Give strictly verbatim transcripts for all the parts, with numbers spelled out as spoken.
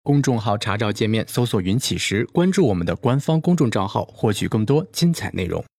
公众号查找界面搜索云起时，关注我们的官方公众账号，获取更多精彩内容。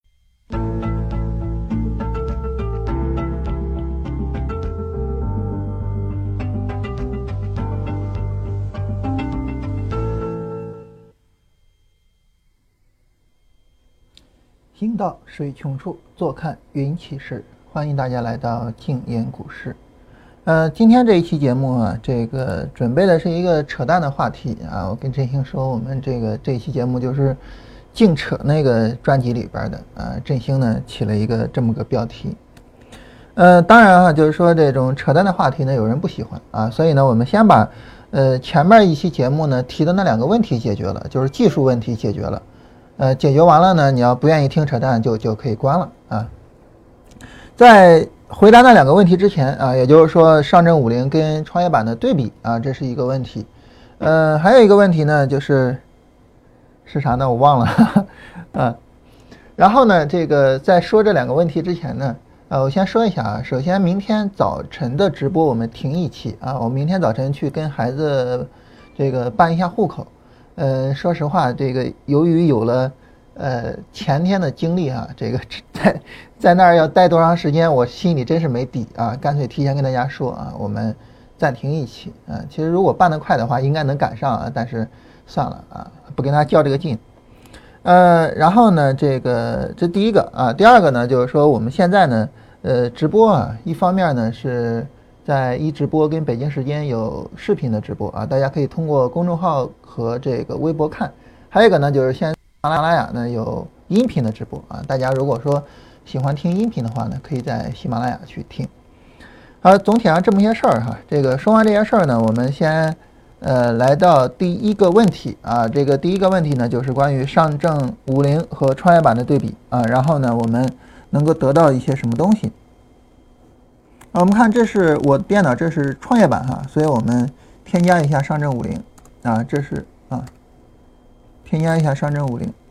行到水穷处，坐看云起时。欢迎大家来到静言股市。呃，今天这一期节目啊，这个准备的是一个扯淡的话题啊。我跟振兴说，我们这个这一期节目就是净扯那个专辑里边的啊。振兴呢起了一个这么个标题。呃，当然啊，就是说这种扯淡的话题呢，有人不喜欢啊，所以呢，我们先把呃前面一期节目呢提的那两个问题解决了，就是技术问题解决了。呃，解决完了呢，你要不愿意听扯淡就就可以关了啊。在回答那两个问题之前啊，也就是说上证五零跟创业板的对比啊，这是一个问题。呃，还有一个问题呢，就是是啥呢？我忘了呵呵啊。然后呢，这个在说这两个问题之前呢，呃，我先说一下啊。首先，明天早晨的直播我们停一期啊，我明天早晨去跟孩子这个办一下户口。呃，说实话，这个由于有了呃前天的经历啊，这个在在那儿要待多长时间，我心里真是没底啊，干脆提前跟大家说啊，我们暂停一期啊。其实如果办得快的话，应该能赶上啊，但是算了啊，不跟他较这个劲。呃，然后呢，这个这第一个啊，第二个呢，就是说我们现在呢，呃，直播啊，一方面呢是在一直播跟北京时间有视频的直播啊，大家可以通过公众号和这个微博看。还有一个呢，就是现在喜马拉雅呢有音频的直播啊，大家如果说喜欢听音频的话呢，可以在喜马拉雅去听。好，总体上这么些事儿哈，这个说完这些事儿呢，我们先呃来到第一个问题啊，这个第一个问题呢就是关于上证五零和创业板的对比啊，然后呢我们能够得到一些什么东西。啊，我们看这是我电脑，这是创业板哈，所以我们添加一下上证五零啊，这是啊，添加一下上证五零。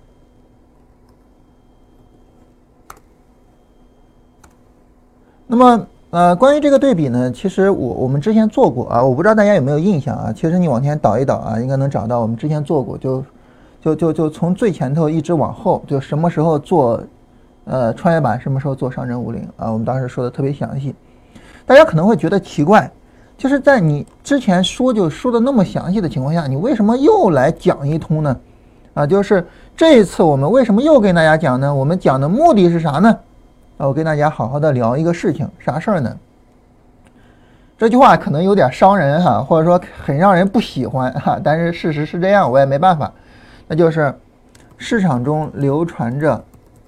那么呃，关于这个对比呢，其实我我们之前做过啊，我不知道大家有没有印象啊？其实你往前倒一倒啊，应该能找到我们之前做过，就就就就从最前头一直往后，就什么时候做呃创业板，什么时候做上证五零啊？我们当时说的特别详细。大家可能会觉得奇怪，就是在你之前说就说的那么详细的情况下，你为什么又来讲一通呢？啊，就是这一次我们为什么又跟大家讲呢？我们讲的目的是啥呢？啊，我跟大家好好的聊一个事情，啥事儿呢？这句话可能有点伤人哈，或者说很让人不喜欢哈，但是事实是这样，我也没办法。那就是市场中流传着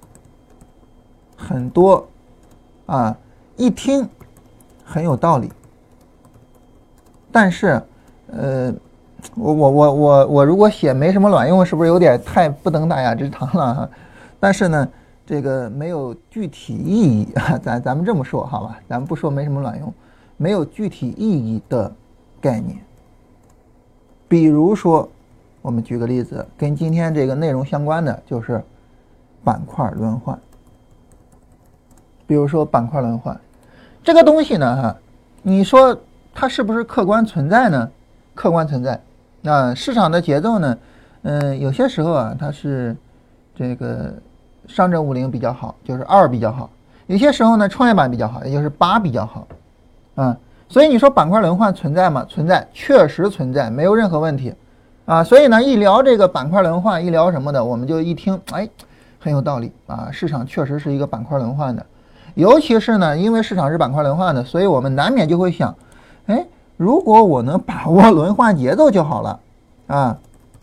很多啊，一听很有道理，但是呃，我我我我我如果写没什么卵用，是不是有点太不登大雅之堂了哈？但是呢，这个没有具体意义，咱咱们这么说好吧，咱们不说没什么卵用，没有具体意义的概念。比如说，我们举个例子，跟今天这个内容相关的就是板块轮换。比如说板块轮换这个东西呢，哈，你说它是不是客观存在呢？客观存在。那市场的节奏呢，嗯，有些时候啊，它是这个上证五零比较好，就是二比较好；有些时候呢，创业板比较好，也就是八比较好，啊，所以你说板块轮换存在吗？存在，确实存在，没有任何问题，啊，所以呢，一聊这个板块轮换，一聊什么的，我们就一听，哎，很有道理啊，市场确实是一个板块轮换的，尤其是呢，因为市场是板块轮换的，所以我们难免就会想，哎，如果我能把握轮换节奏就好了，啊。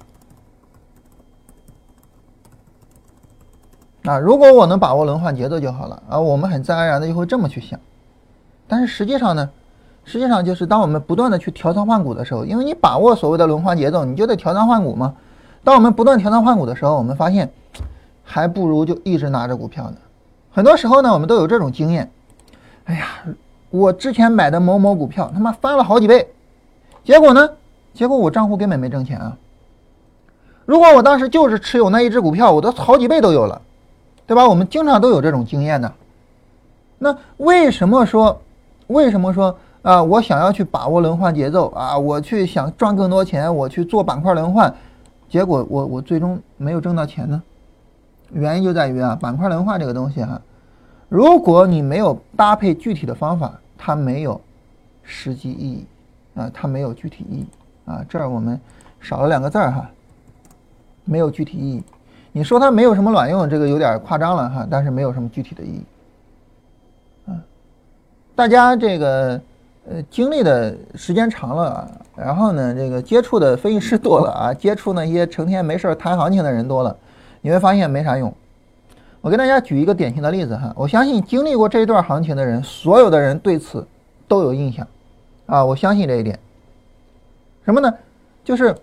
啊，如果我能把握轮换节奏就好了啊，我们很自然而然的就会这么去想。但是实际上呢，实际上就是当我们不断的去调仓换股的时候，因为你把握所谓的轮换节奏，你就得调仓换股嘛。当我们不断调仓换股的时候，我们发现还不如就一直拿着股票呢。很多时候呢，我们都有这种经验。哎呀，我之前买的某某股票他妈翻了好几倍，结果呢，结果我账户根本没挣钱啊。如果我当时就是持有那一只股票，我都好几倍都有了。对吧？我们经常都有这种经验的。那为什么说，为什么说啊，我想要去把握轮换节奏啊，我去想赚更多钱，我去做板块轮换，结果我我最终没有挣到钱呢？原因就在于啊，板块轮换这个东西哈、啊，如果你没有搭配具体的方法，它没有实际意义啊，它没有具体意义啊。这儿我们少了两个字儿哈，没有具体意义。你说它没有什么卵用，这个有点夸张了哈，但是没有什么具体的意义。啊，大家这个呃经历的时间长了啊，然后呢，这个接触的分析师多了啊，接触那些成天没事谈行情的人多了，你会发现没啥用。我给大家举一个典型的例子哈，我相信经历过这一段行情的人，所有的人对此都有印象啊，我相信这一点。什么呢？就是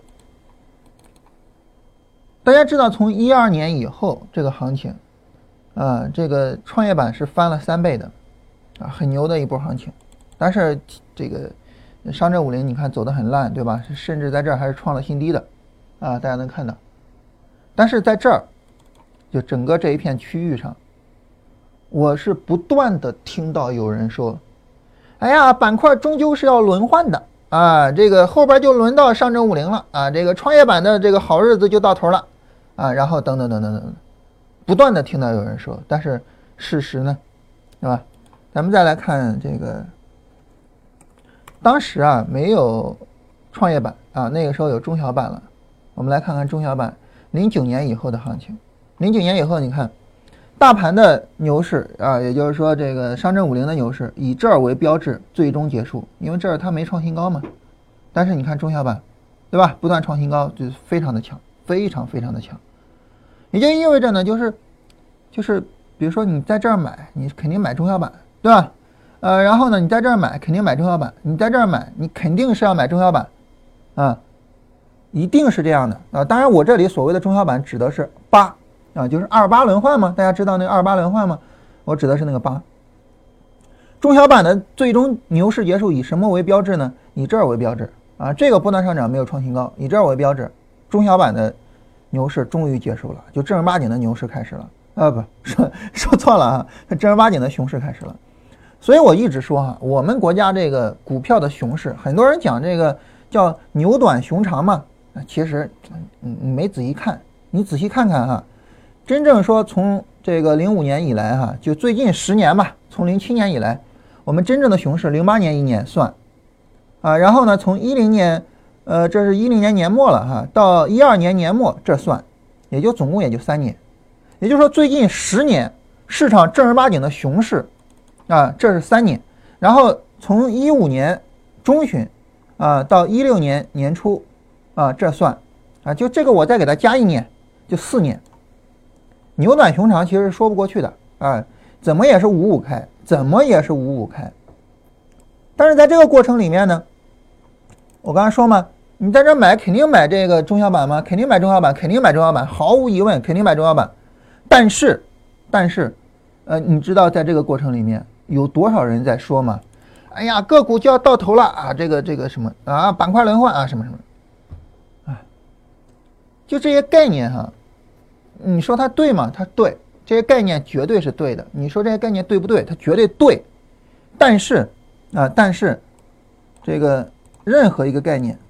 大家知道，从一二年以后这个行情啊，这个创业板是翻了三倍的啊，很牛的一波行情。但是这个上证五零你看走得很烂，对吧？甚至在这儿还是创了新低的啊，大家能看到。但是在这儿，就整个这一片区域上，我是不断的听到有人说，哎呀，板块终究是要轮换的啊，这个后边就轮到上证五零了啊，这个创业板的这个好日子就到头了啊，然后等等等等等等，不断的听到有人说，但是事实呢，是吧？咱们再来看这个，当时啊没有创业板啊，那个时候有中小板了。我们来看看中小板零九年以后的行情。零九年以后，你看大盘的牛市啊，也就是说这个上证五零的牛市以这儿为标志最终结束，因为这儿它没创新高嘛。但是你看中小板，对吧？不断创新高，就是非常的强，非常非常的强。也就意味着呢，就是就是比如说你在这儿买，你肯定买中小板，对吧？呃，然后呢，你在这儿买肯定买中小板，你在这儿买你肯定是要买中小板，啊，一定是这样的啊。当然，我这里所谓的中小板指的是八啊，就是二八轮换嘛，大家知道那个二八轮换吗？我指的是那个八。中小板的最终牛市结束以什么为标志呢？以这儿为标志啊，这个波段上涨没有创新高，以这儿为标志，中小板的牛市终于结束了，就正儿八经的牛市开始了啊，不说说错了啊，正儿八经的熊市开始了。所以我一直说哈，我们国家这个股票的熊市，很多人讲这个叫牛短熊长嘛，其实你没仔细看，你仔细看看哈，真正说从这个零五年以来哈，就最近十年吧，从零七年以来，我们真正的熊市零八年一年算啊，然后呢从一零年，呃，这是一零年年末了哈，到一二年年末这算，也就总共也就三年，也就是说最近十年市场正儿八经的熊市。啊，这是三年，然后从一五年中旬啊到一六年年初啊，这算啊，就这个我再给它加一年，就四年。牛短熊长其实是说不过去的啊，怎么也是五五开，怎么也是五五开。但是在这个过程里面呢，我刚才说嘛，你在这买肯定买这个中小板吗？肯定买中小板，肯定买中小板，毫无疑问肯定买中小板。但是，但是，呃，你知道在这个过程里面。有多少人在说嘛？哎呀，个股就要到头了啊！这个这个什么啊，板块轮换啊，什么什么，啊，就这些概念哈，你说它对吗？它对，这些概念绝对是对的。你说这些概念对不对？它绝对对。但是啊，但是这个任何一个概念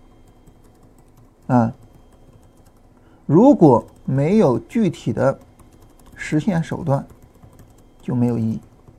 啊，如果没有具体的实现手段，就没有意义。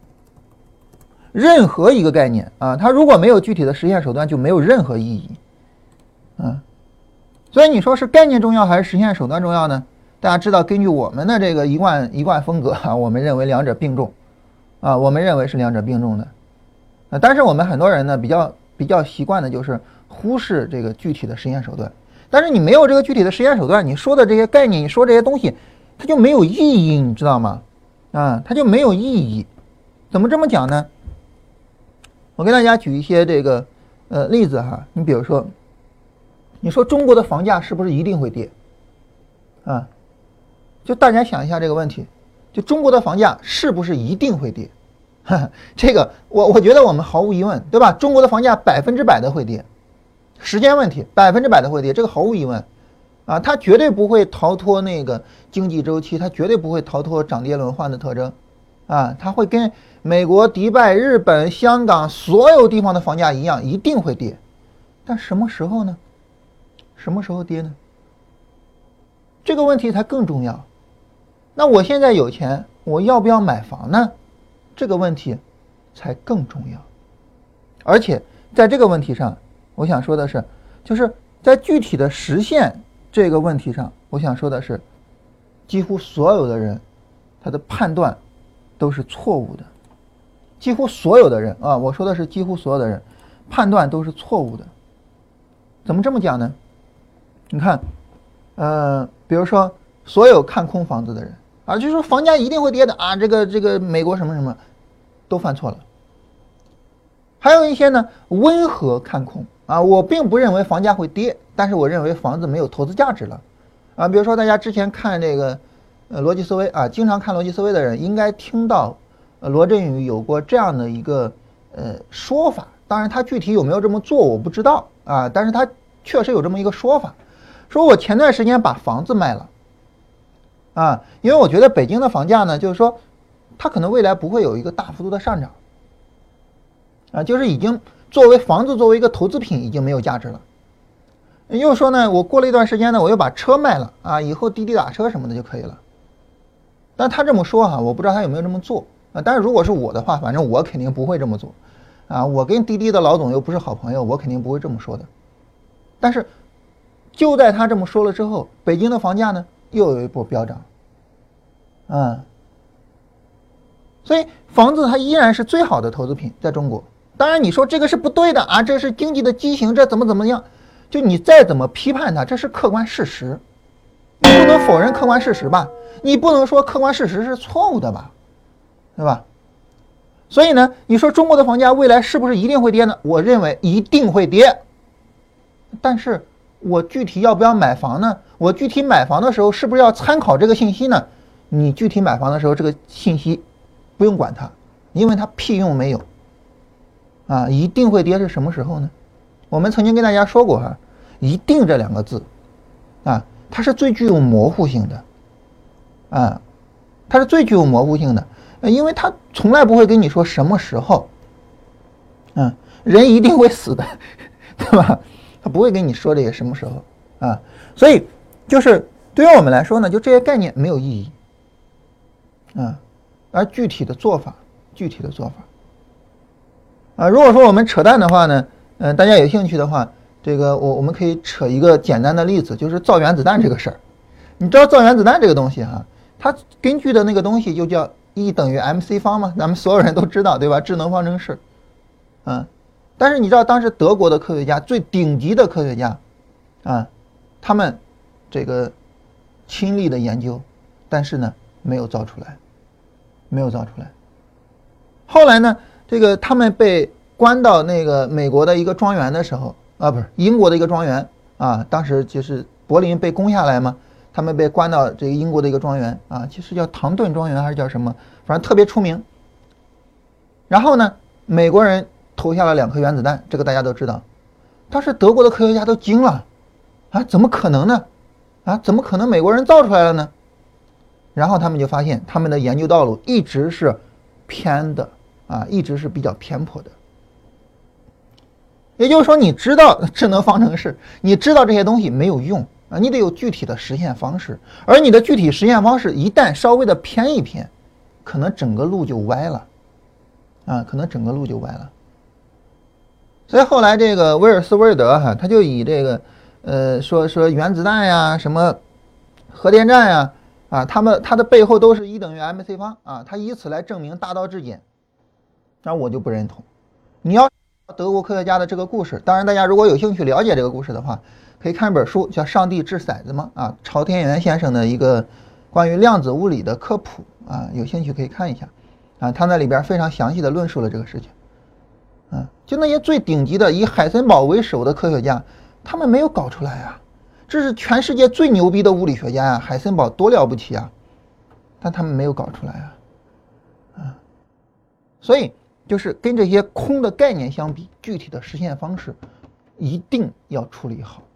任何一个概念啊，它如果没有具体的实现手段，就没有任何意义。嗯，所以你说是概念重要还是实现手段重要呢？大家知道，根据我们的这个一贯一贯风格啊，我们认为两者并重啊，我们认为是两者并重的。啊，但是我们很多人呢，比较比较习惯的就是忽视这个具体的实现手段。但是你没有这个具体的实现手段，你说的这些概念，你说这些东西，它就没有意义，你知道吗？啊，它就没有意义。怎么这么讲呢？我给大家举一些这个呃例子哈，你比如说，你说中国的房价是不是一定会跌？啊，就大家想一下这个问题，就中国的房价是不是一定会跌？哈哈，这个我我觉得我们毫无疑问，对吧？中国的房价百分之百的会跌，时间问题，百分之百的会跌，这个毫无疑问，啊，它绝对不会逃脱那个经济周期，它绝对不会逃脱涨跌轮换的特征， 啊，它会跟美国、迪拜、日本、香港所有地方的房价一样，一定会跌。但什么时候呢？什么时候跌呢？这个问题才更重要。那我现在有钱，我要不要买房呢？这个问题才更重要。而且在这个问题上，我想说的是，就是在具体的实现这个问题上，我想说的是，几乎所有的人他的判断都是错误的。几乎所有的人啊，我说的是几乎所有的人判断都是错误的。怎么这么讲呢？你看，呃，比如说所有看空房子的人啊，就说房价一定会跌的啊，这个这个美国什么什么都犯错了。还有一些呢温和看空啊，我并不认为房价会跌，但是我认为房子没有投资价值了啊。比如说大家之前看这个呃逻辑思维啊，经常看逻辑思维的人应该听到呃罗振宇有过这样的一个呃说法，当然他具体有没有这么做我不知道啊，但是他确实有这么一个说法，说我前段时间把房子卖了啊，因为我觉得北京的房价呢，就是说它可能未来不会有一个大幅度的上涨啊，就是已经作为房子作为一个投资品已经没有价值了。又说呢，我过了一段时间呢，我又把车卖了啊，以后滴滴打车什么的就可以了。但他这么说哈，我不知道他有没有这么做啊。但是如果是我的话，反正我肯定不会这么做啊。我跟滴滴的老总又不是好朋友，我肯定不会这么说的。但是就在他这么说了之后，北京的房价呢又有一波飙涨，嗯，所以房子它依然是最好的投资品在中国。当然你说这个是不对的啊，这是经济的畸形，这怎么怎么样，就你再怎么批判它，这是客观事实，你不能否认客观事实吧，你不能说客观事实是错误的吧，对吧？所以呢，你说中国的房价未来是不是一定会跌呢？我认为一定会跌。但是我具体要不要买房呢？我具体买房的时候是不是要参考这个信息呢？你具体买房的时候这个信息不用管它，因为它屁用没有啊。一定会跌是什么时候呢？我们曾经跟大家说过哈，一定这两个字啊，它是最具有模糊性的啊，它是最具有模糊性的，因为它从来不会跟你说什么时候，嗯，人一定会死的，对吧？他不会跟你说这些什么时候啊，所以就是对于我们来说呢，就这些概念没有意义啊，而具体的做法，具体的做法啊，如果说我们扯淡的话呢，嗯、呃，大家有兴趣的话，这个我我们可以扯一个简单的例子，就是造原子弹这个事儿。你知道造原子弹这个东西哈，它根据的那个东西就叫 E 等于 mc 方嘛，咱们所有人都知道，对吧？智能方程式，嗯。但是你知道当时德国的科学家，最顶级的科学家啊，他们这个亲力的研究，但是呢没有造出来，没有造出来。后来呢，这个他们被关到那个美国的一个庄园的时候啊，不是英国的一个庄园啊，当时就是柏林被攻下来嘛，他们被关到这个英国的一个庄园啊，其实叫唐顿庄园还是叫什么，反正特别出名。然后呢，美国人投下了两颗原子弹，这个大家都知道。当时德国的科学家都惊了啊，怎么可能呢？啊，怎么可能美国人造出来了呢？然后他们就发现他们的研究道路一直是偏的啊，一直是比较偏颇的。也就是说，你知道智能方程式，你知道这些东西没有用啊，你得有具体的实现方式，而你的具体实现方式一旦稍微的偏一偏，可能整个路就歪了啊，可能整个路就歪了。所以后来这个威尔斯威尔德哈，他就以这个呃说说原子弹呀，什么核电站呀啊，他们它的背后都是一等于 mc 方啊，他以此来证明大道至简。那我就不认同。你要德国科学家的这个故事，当然大家如果有兴趣了解这个故事的话，可以看本书叫《上帝掷骰子》嘛啊，朝天元先生的一个关于量子物理的科普啊，有兴趣可以看一下啊，他那里边非常详细的论述了这个事情。嗯，就那些最顶级的以海森堡为首的科学家，他们没有搞出来啊，这是全世界最牛逼的物理学家啊，海森堡多了不起啊，但他们没有搞出来啊，啊，所以就是跟这些空的概念相比，具体的实现方式一定要处理好。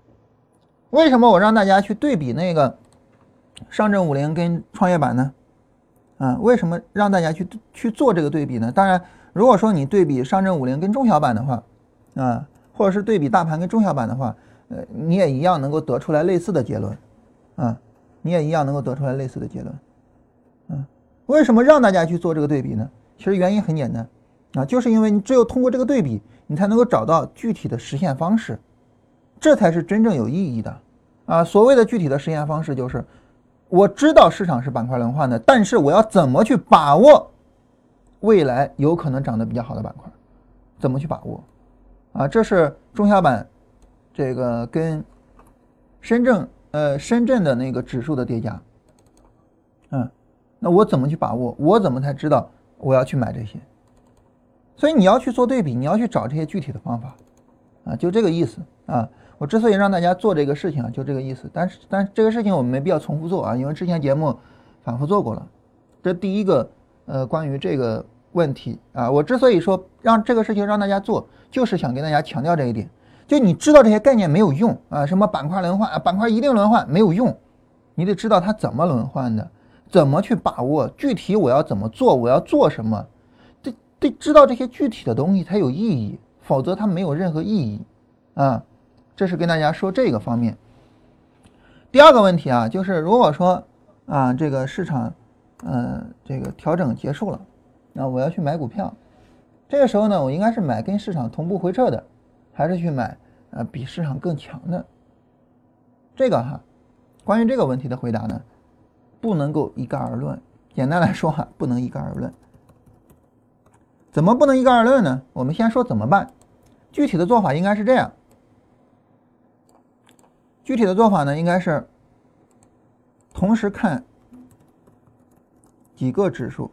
为什么我让大家去对比那个上证五零跟创业板呢？ 啊，为什么让大家去去做这个对比呢？当然，如果说你对比上证五零跟中小板的话，啊，或者是对比大盘跟中小板的话，呃，你也一样能够得出来类似的结论，啊，你也一样能够得出来类似的结论，嗯，为什么让大家去做这个对比呢？其实原因很简单，啊，就是因为你只有通过这个对比，你才能够找到具体的实现方式，这才是真正有意义的，啊，所谓的具体的实现方式就是。我知道市场是板块轮换的，但是我要怎么去把握未来有可能涨得比较好的板块？怎么去把握？啊，这是中小板这个跟深圳呃深圳的那个指数的叠加。嗯，那我怎么去把握？我怎么才知道我要去买这些？所以你要去做对比，你要去找这些具体的方法，啊，就这个意思啊。我之所以让大家做这个事情啊，就这个意思。但是，但是这个事情我们没必要重复做啊，因为之前节目反复做过了。这第一个，呃，关于这个问题啊，我之所以说让这个事情让大家做，就是想跟大家强调这一点。就你知道这些概念没有用啊，什么板块轮换啊，板块一定轮换没有用，你得知道它怎么轮换的，怎么去把握，具体我要怎么做，我要做什么，得得知道这些具体的东西才有意义，否则它没有任何意义啊。这是跟大家说这个方面。第二个问题啊，就是如果说啊这个市场呃这个调整结束了，那我要去买股票，这个时候呢，我应该是买跟市场同步回撤的，还是去买呃比市场更强的？这个哈，关于这个问题的回答呢，不能够一概而论。简单来说哈，不能一概而论。怎么不能一概而论呢？我们先说怎么办。具体的做法应该是这样。具体的做法呢，应该是同时看几个指数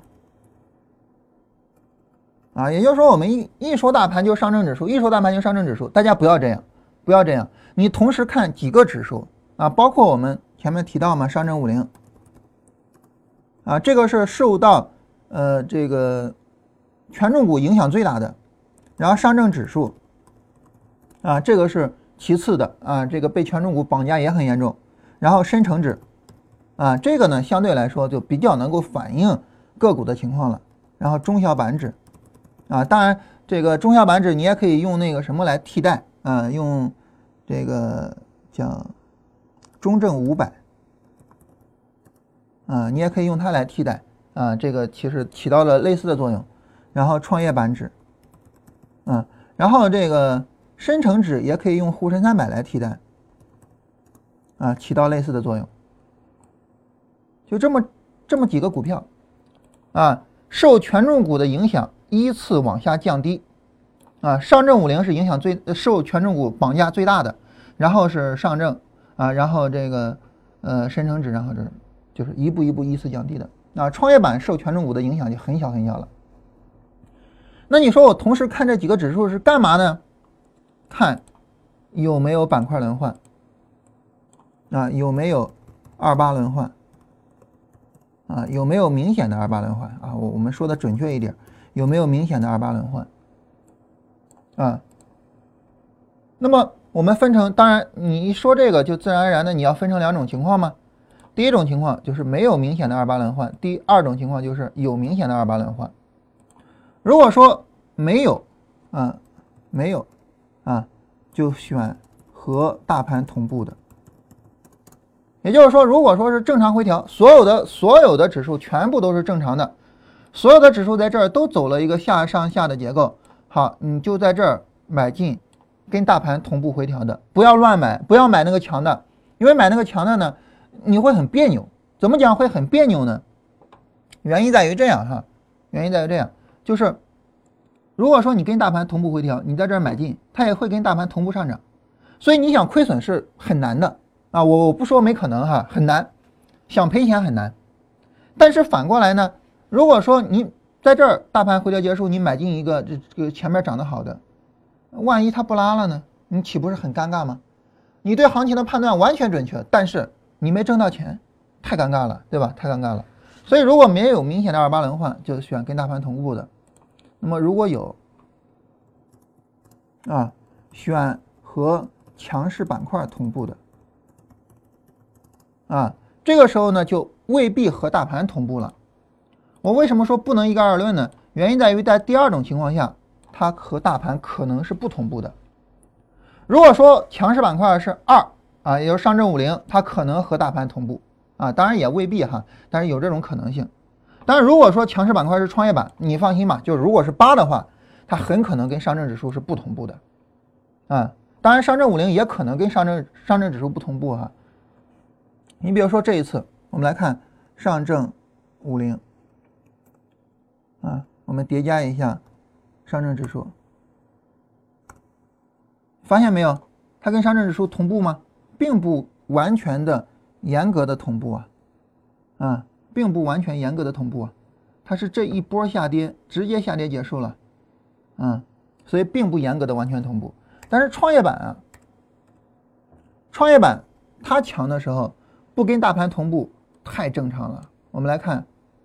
啊，也就是说，我们一一说大盘就上证指数，一说大盘就上证指数，大家不要这样，不要这样，你同时看几个指数啊，包括我们前面提到嘛，上证五零啊，这个是受到呃这个权重股影响最大的，然后上证指数啊，这个是其次的啊，这个被权重股绑架也很严重。然后深成指啊，这个呢相对来说就比较能够反映个股的情况了。然后中小板指啊，当然这个中小板指你也可以用那个什么来替代啊，用这个叫中证五百啊，你也可以用它来替代啊，这个其实起到了类似的作用。然后创业板指啊，然后这个深成指也可以用沪深三百来替代，啊，起到类似的作用。就这么这么几个股票，啊，受权重股的影响依次往下降低，啊，上证五零是影响最受权重股绑架最大的，然后是上证，啊，然后这个呃深成指，然后这就是一步一步依次降低的。啊，创业板受权重股的影响就很小很小了。那你说我同时看这几个指数是干嘛呢？看有没有板块轮换啊，有没有二八轮换啊，有没有明显的二八轮换啊？我我们说的准确一点，有没有明显的二八轮换啊？那么我们分成，当然你一说这个就自然而然的你要分成两种情况嘛。第一种情况就是没有明显的二八轮换，第二种情况就是有明显的二八轮换。如果说没有啊，没有啊，就选和大盘同步的。也就是说，如果说是正常回调，所有的所有的指数全部都是正常的，所有的指数在这儿都走了一个下上下的结构，好，你就在这儿买进跟大盘同步回调的，不要乱买，不要买那个强的，因为买那个强的呢，你会很别扭。怎么讲会很别扭呢？原因在于这样哈，原因在于这样，就是如果说你跟大盘同步回调，你在这儿买进，它也会跟大盘同步上涨，所以你想亏损是很难的啊！我我不说没可能哈，很难，想赔钱很难。但是反过来呢，如果说你在这儿大盘回调结束，你买进一个这这个前面涨得好的，万一它不拉了呢？你岂不是很尴尬吗？你对行情的判断完全准确，但是你没挣到钱，太尴尬了，对吧？太尴尬了。所以如果没有明显的二八轮换，就选跟大盘同步的。那么如果有啊，选和强势板块同步的啊，这个时候呢就未必和大盘同步了我为什么说不能一概而论呢？原因在于在第二种情况下，它和大盘可能是不同步的。如果说强势板块是二啊，也就是上证五零，它可能和大盘同步啊，当然也未必哈，但是有这种可能性。但是如果说强势板块是创业板，你放心吧，就如果是八的话，它很可能跟上证指数是不同步的啊。当然上证五零也可能跟上证上证指数不同步哈。你比如说这一次，我们来看上证五零啊，我们叠加一下上证指数，发现没有？它跟上证指数同步吗？并不完全的严格的同步啊，啊，并不完全严格的同步啊，它是这一波下跌直接下跌结束了，嗯，所以并不严格的完全同步。但是创业板啊，创业板它强的时候不跟大盘同步太正常了。我们来看，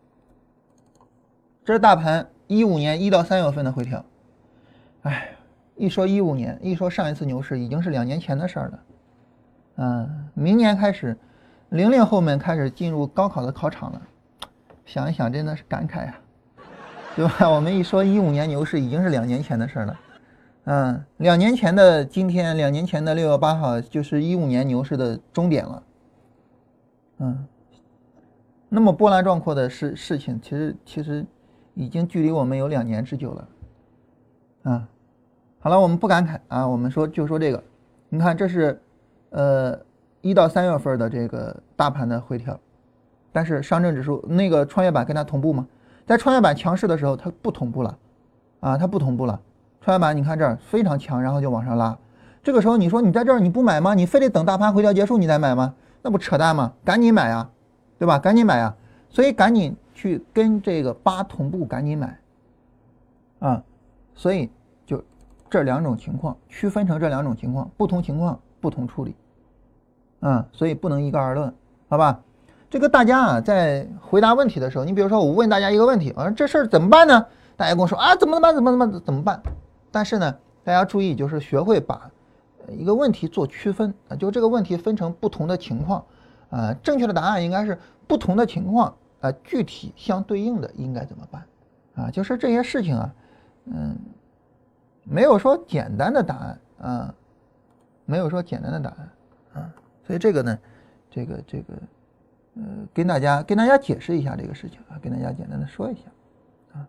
这是大盘一五年一到三月份的回调，哎。一说一五年，一说上一次牛市已经是两年前的事儿了。嗯，明年开始，零零后们开始进入高考的考场了。想一想，真的是感慨啊，对吧？我们一说一五年牛市已经是两年前的事儿了。嗯，两年前的今天，两年前的六月八号就是一五年牛市的终点了。嗯，那么波澜壮阔的事事情，其实其实已经距离我们有两年之久了。嗯。好了，我们不感慨啊，我们说就说这个，你看这是呃一到三月份的这个大盘的回调，但是上证指数那个创业板跟它同步吗？在创业板强势的时候它不同步了啊，它不同步了。创业板你看这儿非常强，然后就往上拉，这个时候你说你在这儿你不买吗？你非得等大盘回调结束你再买吗？那不扯淡吗？赶紧买啊，对吧？赶紧买啊，所以赶紧去跟这个八同步，赶紧买啊，所以。这两种情况区分成这两种情况，不同情况不同处理，嗯，所以不能一概而论，好吧？这个大家啊，在回答问题的时候，你比如说我问大家一个问题，我说这事儿怎么办呢？大家跟我说啊，怎么办？怎么怎么怎么办？但是呢，大家注意，就是学会把一个问题做区分啊，就这个问题分成不同的情况啊，正确的答案应该是不同的情况啊，具体相对应的应该怎么办啊？就是这些事情啊，嗯。没有说简单的答案啊，没有说简单的答案啊，所以这个呢，这个这个呃，跟大家跟大家解释一下这个事情啊，跟大家简单的说一下啊。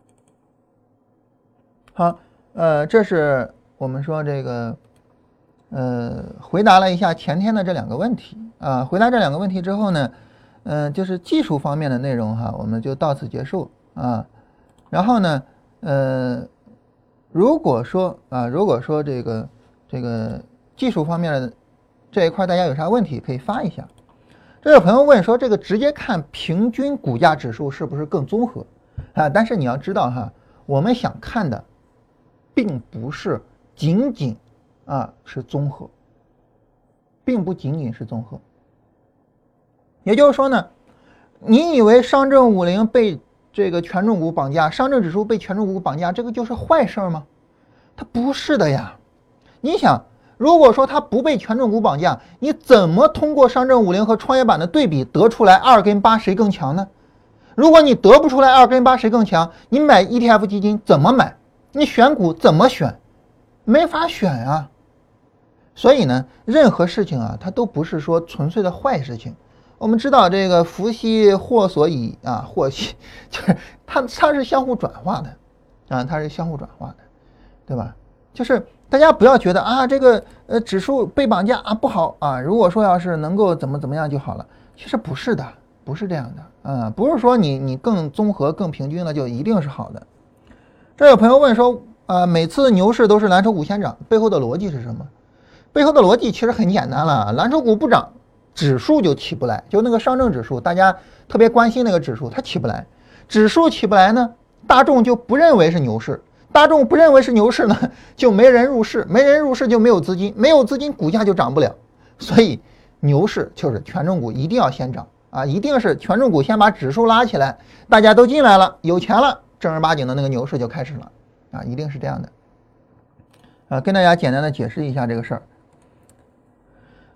好，呃，这是我们说这个呃，回答了一下前天的这两个问题啊。回答这两个问题之后呢，嗯、呃，就是技术方面的内容哈，我们就到此结束啊。然后呢，呃。如果说啊，如果说这个这个技术方面的这一块大家有啥问题可以发一下。这有朋友问说，这个直接看平均股价指数是不是更综合啊？但是你要知道哈，我们想看的并不是仅仅啊是综合，并不仅仅是综合。也就是说呢，你以为上证五零被这个权重股绑架，上证指数被权重股绑架，这个就是坏事吗？它不是的呀。你想，如果说它不被权重股绑架，你怎么通过上证五零和创业板的对比得出来二跟八谁更强呢？如果你得不出来二跟八谁更强，你买 E T F 基金怎么买？你选股怎么选？没法选啊。所以呢，任何事情啊，它都不是说纯粹的坏事情。我们知道这个福兮祸所倚啊，祸兮就是它它是相互转化的啊，它是相互转化的，对吧？就是大家不要觉得啊，这个呃指数被绑架啊不好啊，如果说要是能够怎么怎么样就好了，其实不是的，不是这样的啊，不是说你你更综合更平均了就一定是好的。这有朋友问说啊，每次牛市都是蓝筹股先涨，背后的逻辑是什么？背后的逻辑其实很简单了，蓝筹股不涨，指数就起不来，就那个上证指数，大家特别关心那个指数，它起不来，指数起不来呢，大众就不认为是牛市，大众不认为是牛市呢，就没人入市，没人入市就没有资金，没有资金股价就涨不了，所以牛市就是权重股一定要先涨啊，一定是权重股先把指数拉起来，大家都进来了，有钱了，正儿八经的那个牛市就开始了啊，一定是这样的啊，跟大家简单的解释一下这个事儿。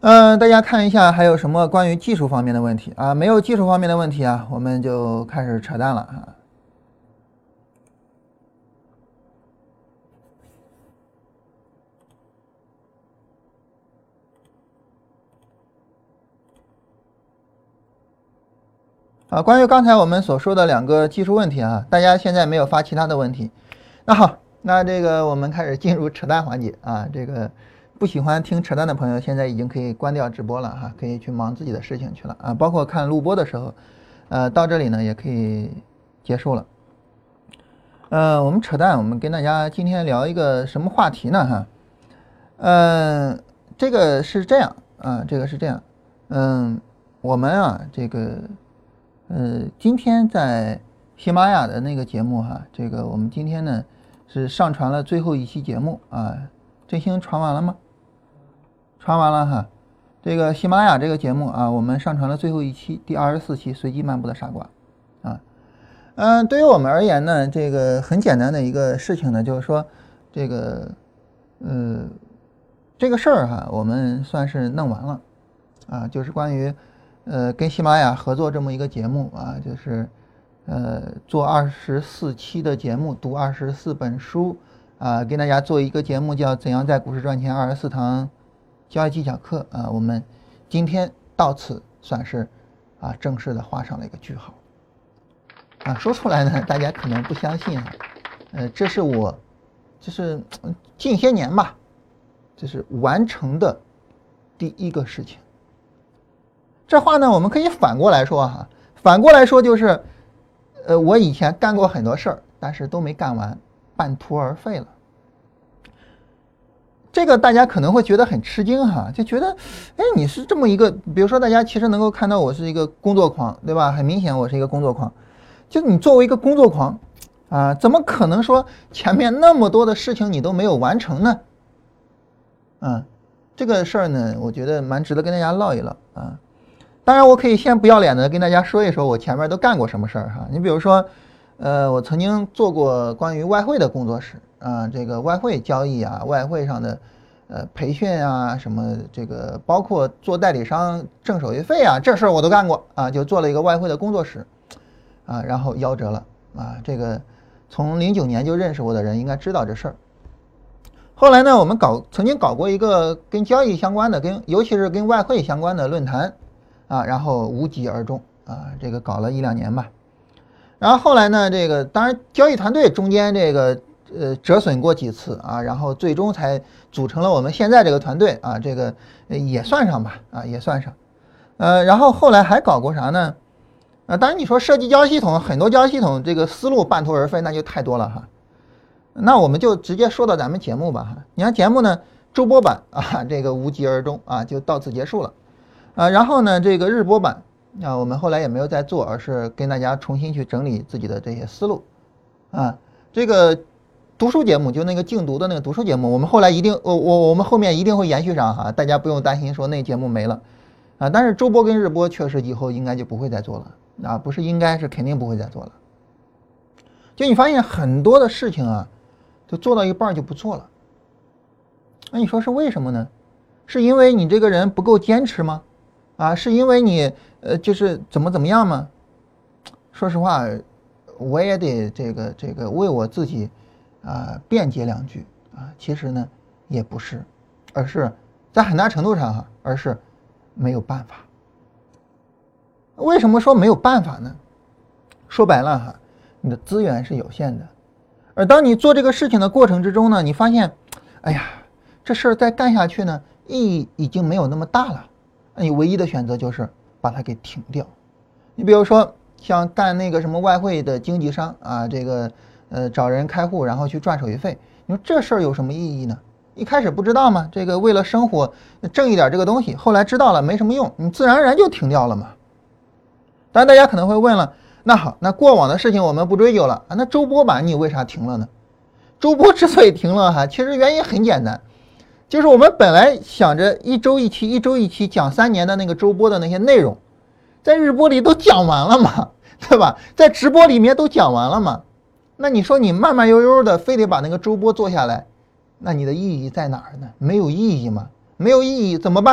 嗯、呃，大家看一下还有什么关于技术方面的问题啊？没有技术方面的问题啊，我们就开始扯淡了啊。啊，关于刚才我们所说的两个技术问题啊，大家现在没有发其他的问题。那好，那这个我们开始进入扯淡环节啊。这个不喜欢听扯淡的朋友，现在已经可以关掉直播了哈，可以去忙自己的事情去了啊。包括看录播的时候，呃，到这里呢也可以结束了。呃，我们扯淡，我们跟大家今天聊一个什么话题呢哈？嗯、呃，这个是这样啊，这个是这样，嗯，我们啊这个。呃，今天在喜马拉雅的那个节目哈，这个我们今天呢是上传了最后一期节目啊。振兴传完了吗？传完了哈。这个喜马拉雅这个节目啊，我们上传了最后一期，第二十四期随机漫步的傻瓜啊。嗯、呃，对于我们而言呢，这个很简单的一个事情呢，就是说这个呃这个事儿哈，我们算是弄完了啊，就是关于。呃，跟喜马拉雅合作这么一个节目啊，就是呃做二十四期的节目，读二十四本书啊，跟大家做一个节目叫《怎样在股市赚钱二十四堂交易技巧课》啊，我们今天到此算是啊正式的画上了一个句号啊。说出来呢，大家可能不相信啊，呃，这是我就是近些年吧，就是完成的第一个事情。这话呢，我们可以反过来说哈，反过来说就是，呃，我以前干过很多事儿，但是都没干完，半途而废了。这个大家可能会觉得很吃惊哈，就觉得，哎，你是这么一个，比如说大家其实能够看到我是一个工作狂，对吧？很明显我是一个工作狂，就你作为一个工作狂啊，怎么可能说前面那么多的事情你都没有完成呢？啊，这个事儿呢，我觉得蛮值得跟大家唠一唠啊。当然我可以先不要脸的跟大家说一说我前面都干过什么事儿哈。你比如说呃我曾经做过关于外汇的工作室啊，这个外汇交易啊，外汇上的呃培训啊，什么这个包括做代理商挣手续费啊，这事儿我都干过啊，就做了一个外汇的工作室啊，然后夭折了啊。这个从零九年就认识我的人应该知道这事儿。后来呢，我们搞曾经搞过一个跟交易相关的，跟尤其是跟外汇相关的论坛啊，然后无疾而终啊，这个搞了一两年吧。然后后来呢，这个当然交易团队中间这个呃折损过几次啊，然后最终才组成了我们现在这个团队啊，这个也算上吧啊，也算上。呃，然后后来还搞过啥呢？啊，当然你说设计交易系统，很多交易系统这个思路半途而废，那就太多了哈。那我们就直接说到咱们节目吧哈。你看节目呢，周播版啊，这个无疾而终啊，就到此结束了。啊，然后呢，这个日播版啊，我们后来也没有再做，而是跟大家重新去整理自己的这些思路啊。这个读书节目，就那个竞读的那个读书节目，我们后来一定，我我我们后面一定会延续上哈，大家不用担心说那节目没了啊。但是周播跟日播确实以后应该就不会再做了啊，不是应该是肯定不会再做了。就你发现很多的事情啊，就做到一半就不做了，那你说是为什么呢？是因为你这个人不够坚持吗？啊，是因为你呃就是怎么怎么样吗？说实话，我也得这个这个为我自己啊辩解两句啊。其实呢也不是，而是在很大程度上哈，而是没有办法。为什么说没有办法呢？说白了哈，你的资源是有限的，而当你做这个事情的过程之中呢，你发现，哎呀，这事儿再干下去呢，意义已经没有那么大了。你唯一的选择就是把它给停掉。你比如说像干那个什么外汇的经纪商啊，这个呃找人开户然后去赚手续费，你说这事儿有什么意义呢？一开始不知道嘛，这个为了生活挣一点这个东西，后来知道了没什么用，你自然而然就停掉了嘛。当然大家可能会问了，那好，那过往的事情我们不追究了啊，那周播版你为啥停了呢？周播之所以停了哈，其实原因很简单，就是我们本来想着一周一期一周一期讲三年的那个周播的那些内容，在日播里都讲完了嘛，对吧？在直播里面都讲完了嘛。那你说你慢慢悠悠的非得把那个周播做下来，那你的意义在哪儿呢？没有意义嘛，没有意义怎么办呢？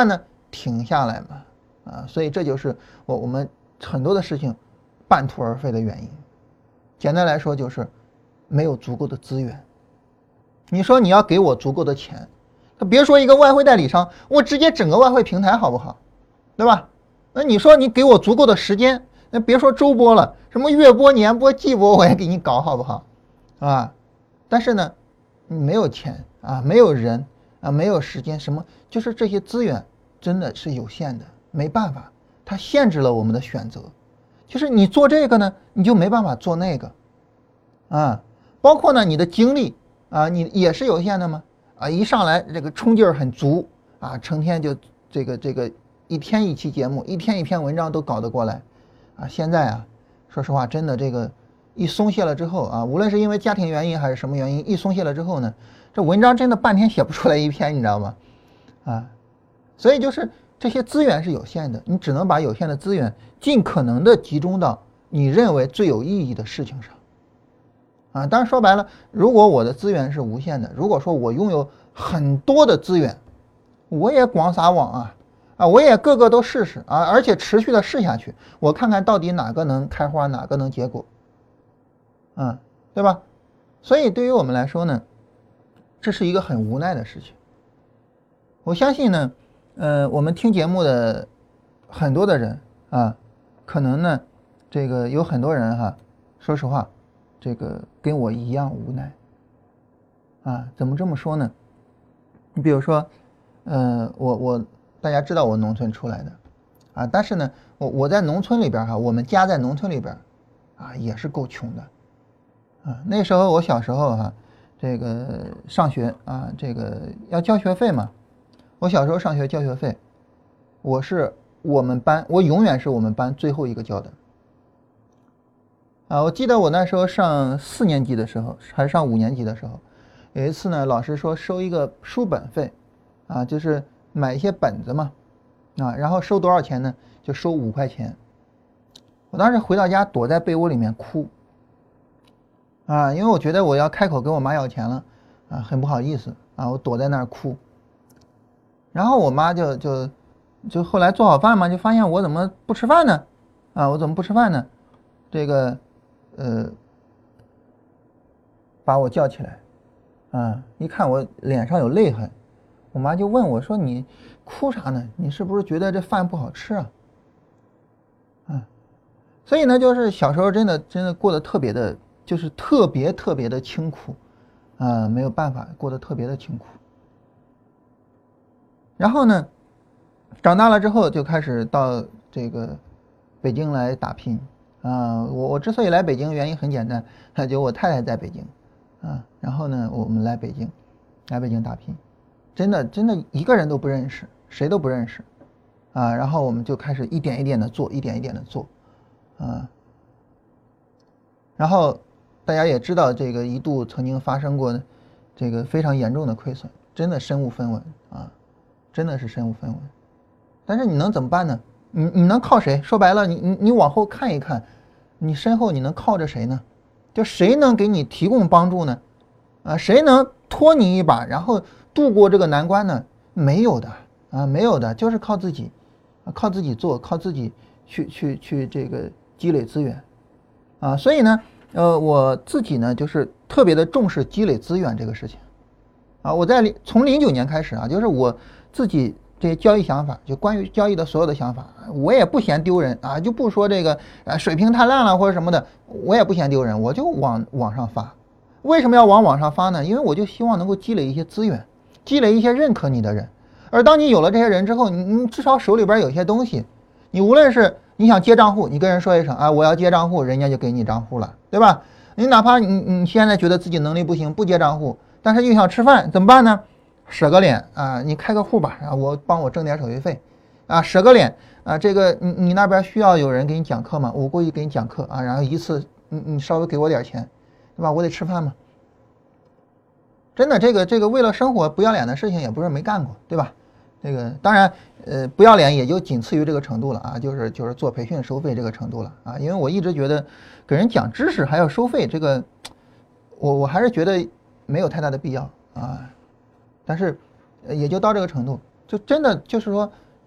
停下来嘛，啊，所以这就是我我们很多的事情半途而废的原因。简单来说就是没有足够的资源。你说你要给我足够的钱，别说一个外汇代理商，我直接整个外汇平台好不好？对吧？那你说你给我足够的时间，那别说周播了，什么月播、年播、季播我也给你搞好不好？啊，但是呢，没有钱啊，没有人啊，没有时间，什么就是这些资源真的是有限的，没办法，它限制了我们的选择。就是你做这个呢，你就没办法做那个，啊，包括呢你的精力啊，你也是有限的嘛，啊，一上来这个冲劲儿很足啊，成天就这个这个一天一期节目，一天一篇文章都搞得过来，啊，现在啊，说实话，真的这个一松懈了之后啊，无论是因为家庭原因还是什么原因，一松懈了之后呢，这文章真的半天写不出来一篇，你知道吗？啊，所以就是这些资源是有限的，你只能把有限的资源尽可能的集中到你认为最有意义的事情上。啊，当然说白了，如果我的资源是无限的，如果说我拥有很多的资源，我也广撒网啊，啊，我也个个都试试啊，而且持续的试下去，我看看到底哪个能开花，哪个能结果，嗯，对吧？所以对于我们来说呢，这是一个很无奈的事情。我相信呢，呃，我们听节目的很多的人啊，可能呢，这个有很多人哈，说实话，这个跟我一样无奈啊。怎么这么说呢？你比如说，呃，我我大家知道我农村出来的啊，但是呢，我我在农村里边哈，我们家在农村里边啊也是够穷的啊。那时候我小时候哈，这个上学啊，这个要交学费嘛。我小时候上学交学费，我是我们班，我永远是我们班最后一个交的。啊，我记得我那时候上四年级的时候，还是上五年级的时候，有一次呢，老师说收一个书本费，啊，就是买一些本子嘛，啊，然后收多少钱呢？就收五块钱。我当时回到家躲在被窝里面哭，啊，因为我觉得我要开口跟我妈要钱了，啊，很不好意思啊，我躲在那儿哭。然后我妈就就就后来做好饭嘛，就发现我怎么不吃饭呢？啊，我怎么不吃饭呢？这个呃，把我叫起来，啊，一看我脸上有泪痕，我妈就问我说：“你哭啥呢？你是不是觉得这饭不好吃啊？”啊，所以呢，就是小时候真的真的过得特别的，就是特别特别的清苦，啊，没有办法，过得特别的清苦。然后呢，长大了之后就开始到这个北京来打拼啊。我我之所以来北京，原因很简单，就我太太在北京啊。然后呢，我们来北京，来北京打拼，真的真的一个人都不认识，谁都不认识啊。然后我们就开始一点一点的做，一点一点的做啊。然后大家也知道，这个一度曾经发生过这个非常严重的亏损，真的身无分文啊。真的是身无分文，但是你能怎么办呢？你你能靠谁？说白了，你你你往后看一看，你身后你能靠着谁呢？就谁能给你提供帮助呢？啊，谁能拖你一把，然后度过这个难关呢？没有的啊，没有的，就是靠自己，啊，靠自己做，靠自己去去去这个积累资源，啊，所以呢，呃，我自己呢就是特别的重视积累资源这个事情，啊，我在从零九年开始啊，就是我。自己这些交易想法，就关于交易的所有的想法，我也不嫌丢人啊，就不说这个啊水平太烂了或者什么的，我也不嫌丢人，我就往网上发。为什么要往网上发呢？因为我就希望能够积累一些资源，积累一些认可你的人。而当你有了这些人之后，你你至少手里边有一些东西，你无论是你想接账户，你跟人说一声啊我要接账户，人家就给你账户了，对吧？你哪怕你你现在觉得自己能力不行，不接账户，但是又想吃饭，怎么办呢？舍个脸啊，你开个户吧，啊，我帮我挣点手续费，啊，舍个脸啊，这个你你那边需要有人给你讲课吗？我过去给你讲课啊，然后一次你你稍微给我点钱，对吧？我得吃饭嘛。真的，这个这个为了生活不要脸的事情也不是没干过，对吧？这个当然，呃，不要脸也就仅次于这个程度了啊，就是就是做培训收费这个程度了啊，因为我一直觉得给人讲知识还要收费，这个我我还是觉得没有太大的必要啊。但是也就到这个程度，就真的就是说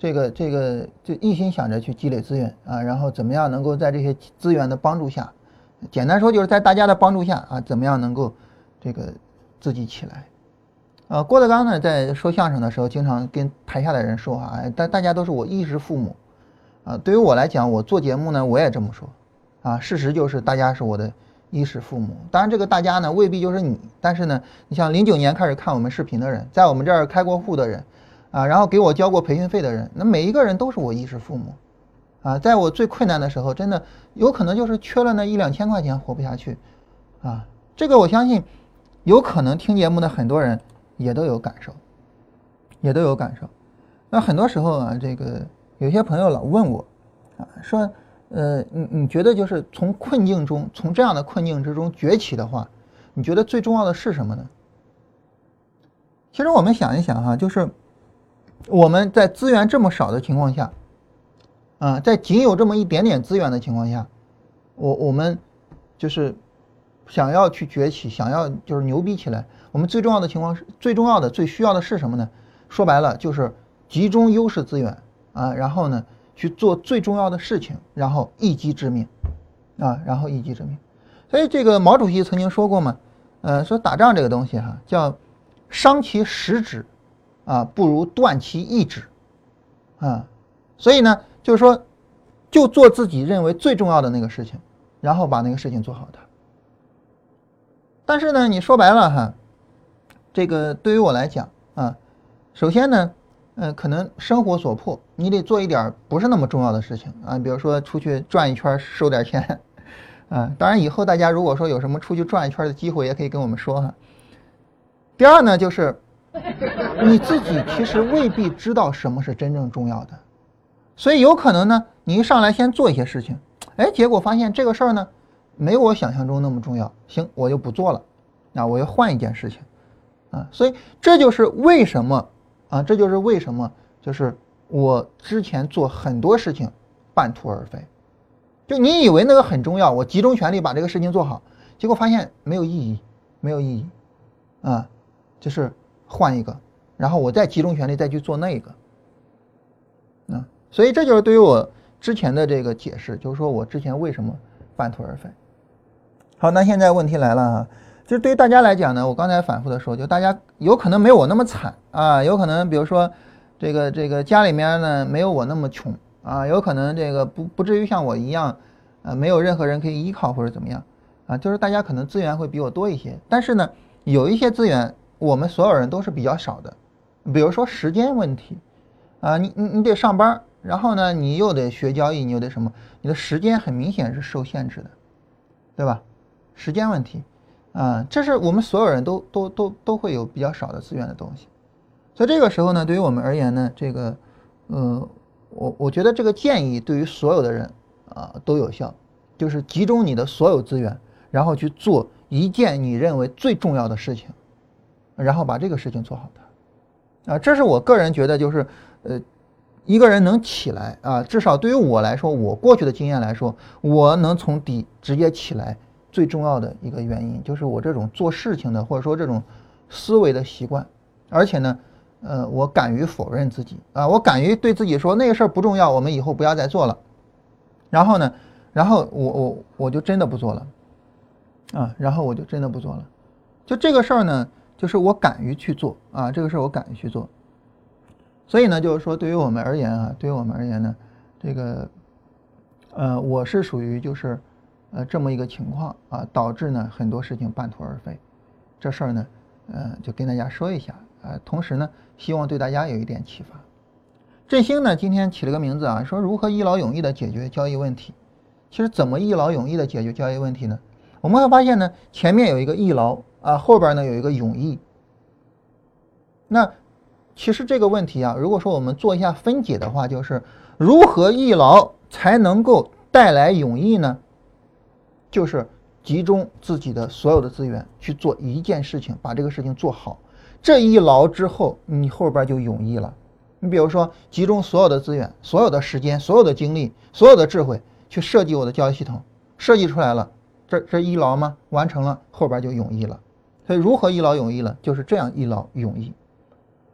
这个这个就一心想着去积累资源啊，然后怎么样能够在这些资源的帮助下，简单说就是在大家的帮助下啊，怎么样能够这个自己起来。呃，郭德纲呢在说相声的时候，经常跟台下的人说啊，大大家都是我衣食父母啊。对于我来讲，我做节目呢，我也这么说啊。事实就是大家是我的衣食父母。当然，这个大家呢未必就是你，但是呢，你像零九年开始看我们视频的人，在我们这儿开过户的人啊，然后给我交过培训费的人，那每一个人都是我衣食父母啊。在我最困难的时候，真的有可能就是缺了那一两千块钱活不下去啊。这个我相信，有可能听节目的很多人也都有感受，也都有感受。那很多时候啊，这个有些朋友老问我啊，说，呃，你你觉得就是从困境中，从这样的困境之中崛起的话，你觉得最重要的是什么呢？其实我们想一想哈，就是我们在资源这么少的情况下，啊，在仅有这么一点点资源的情况下，我我们就是想要去崛起，想要就是牛逼起来，我们最重要的情况是最重要的最需要的是什么呢？说白了就是集中优势资源啊，然后呢去做最重要的事情，然后一击致命啊，然后一击致命。所以这个毛主席曾经说过嘛，呃，说打仗这个东西哈，叫伤其十指啊，不如断其一指啊。所以呢，就是说，就做自己认为最重要的那个事情，然后把那个事情做好它。但是呢，你说白了哈，这个对于我来讲啊，首先呢，呃，可能生活所迫，你得做一点不是那么重要的事情啊，比如说出去转一圈收点钱啊。当然，以后大家如果说有什么出去转一圈的机会，也可以跟我们说哈。第二呢，就是你自己其实未必知道什么是真正重要的，所以有可能呢，你一上来先做一些事情，哎，结果发现这个事儿呢，没有我想象中那么重要，行，我就不做了，那我要换一件事情啊。所以这就是为什么啊，这就是为什么就是我之前做很多事情半途而废，就你以为那个很重要，我集中全力把这个事情做好，结果发现没有意义，没有意义啊，就是换一个，然后我再集中全力再去做那个啊。所以这就是对于我之前的这个解释，就是说我之前为什么半途而废。好，那现在问题来了啊，就是对于大家来讲呢，我刚才反复的说，就大家有可能没有我那么惨啊，有可能比如说这个这个家里面呢没有我那么穷啊，有可能这个不不至于像我一样啊，没有任何人可以依靠或者怎么样啊，就是大家可能资源会比我多一些，但是呢，有一些资源我们所有人都是比较少的，比如说时间问题啊，你你你得上班，然后呢你又得学交易，你又得什么，你的时间很明显是受限制的，对吧？时间问题啊，这是我们所有人都都都都会有比较少的资源的东西。所以这个时候呢，对于我们而言呢，这个呃我我觉得这个建议对于所有的人啊都有效，就是集中你的所有资源，然后去做一件你认为最重要的事情，然后把这个事情做好它啊。这是我个人觉得就是呃一个人能起来啊，至少对于我来说，我过去的经验来说，我能从底直接起来最重要的一个原因，就是我这种做事情的或者说这种思维的习惯。而且呢呃，我敢于否认自己啊，我敢于对自己说那个事儿不重要，我们以后不要再做了。然后呢，然后我我我就真的不做了啊，然后我就真的不做了。就这个事儿呢，就是我敢于去做啊，这个事儿我敢于去做。所以呢，就是说对于我们而言啊，对于我们而言呢，这个呃，我是属于就是呃这么一个情况啊，导致呢很多事情半途而废。这事儿呢，呃，就跟大家说一下啊，同时呢，希望对大家有一点启发。振兴呢，今天起了个名字啊，说如何一劳永逸的解决交易问题。其实怎么一劳永逸的解决交易问题呢？我们会发现呢，前面有一个一劳啊，后边呢有一个永逸。那其实这个问题啊，如果说我们做一下分解的话，就是如何一劳才能够带来永逸呢？就是集中自己的所有的资源去做一件事情，把这个事情做好。这一劳之后，你后边就永逸了。你比如说，集中所有的资源、所有的时间、所有的精力、所有的智慧去设计我的交易系统，设计出来了，这这一劳吗？完成了，后边就永逸了。所以如何一劳永逸了？就是这样一劳永逸。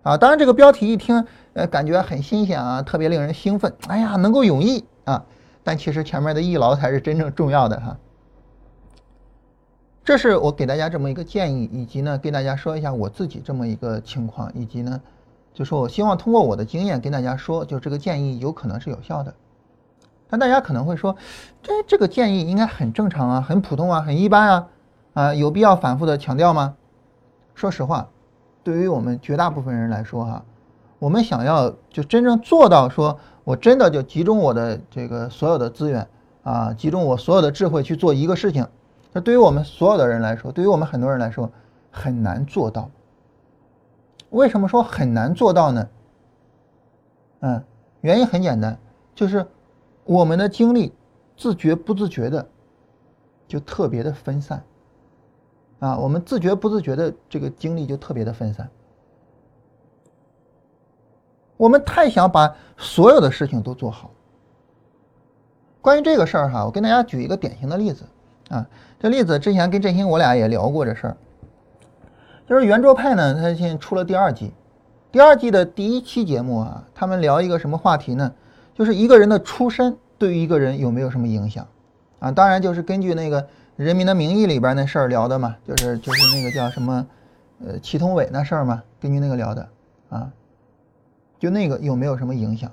啊。当然这个标题一听，呃，感觉很新鲜啊，特别令人兴奋。哎呀，能够永逸啊，但其实前面的易劳才是真正重要的哈。这是我给大家这么一个建议，以及呢，跟大家说一下我自己这么一个情况，以及呢，就说我希望通过我的经验跟大家说，就这个建议有可能是有效的。但大家可能会说，这这个建议应该很正常啊，很普通啊，很一般啊，啊，有必要反复的强调吗？说实话，对于我们绝大部分人来说哈，我们想要就真正做到说我真的就集中我的这个所有的资源啊，集中我所有的智慧去做一个事情，这对于我们所有的人来说，对于我们很多人来说很难做到。为什么说很难做到呢？嗯，原因很简单，就是我们的精力自觉不自觉的就特别的分散啊，我们自觉不自觉的这个精力就特别的分散。我们太想把所有的事情都做好。关于这个事儿哈，我跟大家举一个典型的例子啊，这例子之前跟振兴我俩也聊过这事儿，就是圆桌派呢，他现在出了第二季，第二季的第一期节目啊，他们聊一个什么话题呢？就是一个人的出身对于一个人有没有什么影响啊？当然就是根据那个《人民的名义》里边那事儿聊的嘛，就是就是那个叫什么呃祁同伟那事儿嘛，根据那个聊的啊，就那个有没有什么影响？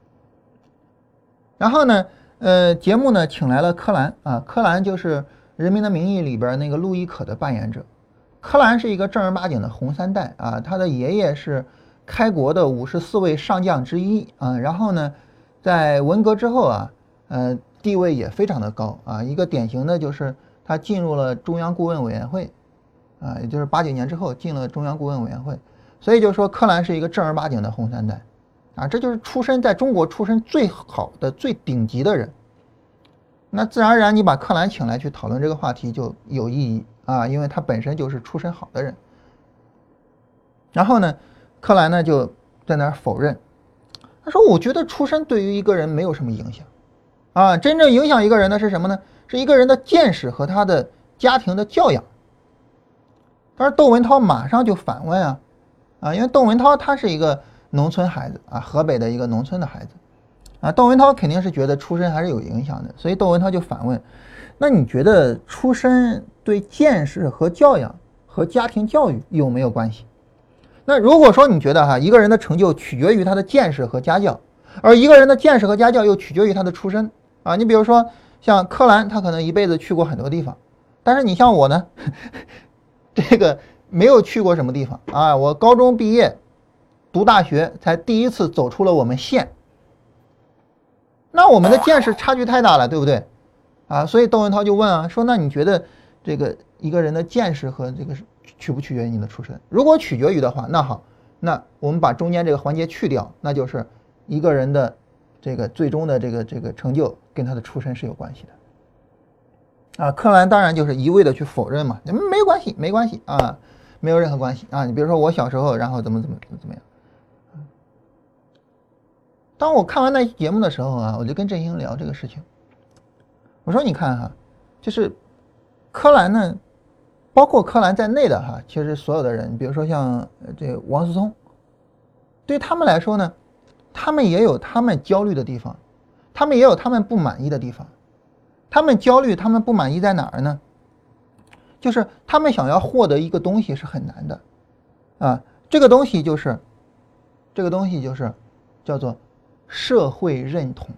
然后呢，呃，节目呢请来了柯蓝啊，柯蓝就是《人民的名义》里边那个陆亦可的扮演者。柯蓝是一个正儿八经的红三代啊，他的爷爷是开国的五十四位上将之一啊，然后呢，在文革之后啊，呃，地位也非常的高啊，一个典型的就是他进入了中央顾问委员会啊，也就是八九年之后进了中央顾问委员会，所以就说柯蓝是一个正儿八经的红三代啊，这就是出身在中国出身最好的最顶级的人。那自然而然你把柯蓝请来去讨论这个话题就有意义啊，因为他本身就是出身好的人。然后呢，柯蓝呢就在那儿否认，他说我觉得出身对于一个人没有什么影响啊，真正影响一个人的是什么呢？是一个人的见识和他的家庭的教养。但是窦文涛马上就反问啊啊，因为窦文涛他是一个农村孩子啊，河北的一个农村的孩子啊，窦文涛肯定是觉得出身还是有影响的，所以窦文涛就反问，那你觉得出身对见识和教养和家庭教育有没有关系？那如果说你觉得哈，一个人的成就取决于他的见识和家教，而一个人的见识和家教又取决于他的出身啊，你比如说像柯蓝，他可能一辈子去过很多地方，但是你像我呢，这个没有去过什么地方啊，我高中毕业读大学才第一次走出了我们县，那我们的见识差距太大了，对不对啊？所以窦文涛就问啊，说那你觉得这个一个人的见识和这个取不取决于你的出身？如果取决于的话，那好，那我们把中间这个环节去掉，那就是一个人的这个最终的这个这个成就跟他的出身是有关系的啊。柯蓝当然就是一味的去否认嘛，没关系没关系啊，没有任何关系啊。你比如说我小时候然后怎么怎么怎么样。当我看完那期节目的时候啊，我就跟振兴聊这个事情，我说你看哈，就是柯蓝呢，包括柯蓝在内的哈，其实所有的人，比如说像这王思聪，对他们来说呢，他们也有他们焦虑的地方，他们也有他们不满意的地方。他们焦虑他们不满意在哪儿呢？就是他们想要获得一个东西是很难的啊，这个东西就是这个东西就是叫做社会认同。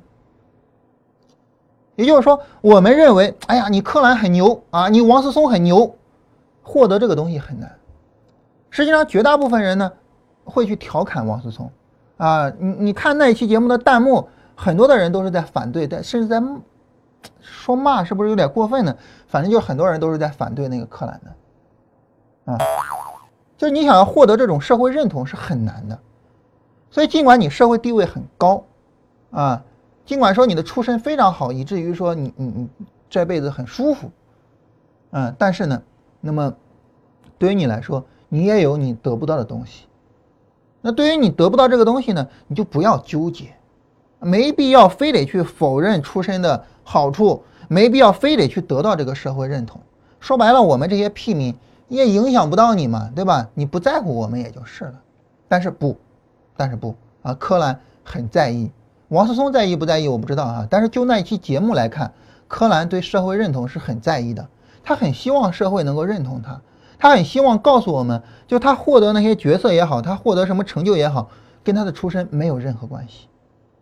也就是说我们认为哎呀你柯蓝很牛啊，你王思聪很牛，获得这个东西很难。实际上绝大部分人呢会去调侃王思聪啊，你你看那一期节目的弹幕，很多的人都是在反对，但甚至在说骂是不是有点过分呢？反正就很多人都是在反对那个柯蓝的啊，就是你想要获得这种社会认同是很难的。所以尽管你社会地位很高啊，尽管说你的出身非常好，以至于说你你你这辈子很舒服，嗯，但是呢，那么对于你来说，你也有你得不到的东西。那对于你得不到这个东西呢，你就不要纠结，没必要非得去否认出身的好处，没必要非得去得到这个社会认同。说白了，我们这些屁民也影响不到你嘛，对吧？你不在乎我们也就是了但是不，但是不啊，柯蓝很在意。王思聪在意不在意我不知道啊，但是就那一期节目来看，柯蓝对社会认同是很在意的，他很希望社会能够认同他，他很希望告诉我们，就他获得那些角色也好，他获得什么成就也好，跟他的出身没有任何关系。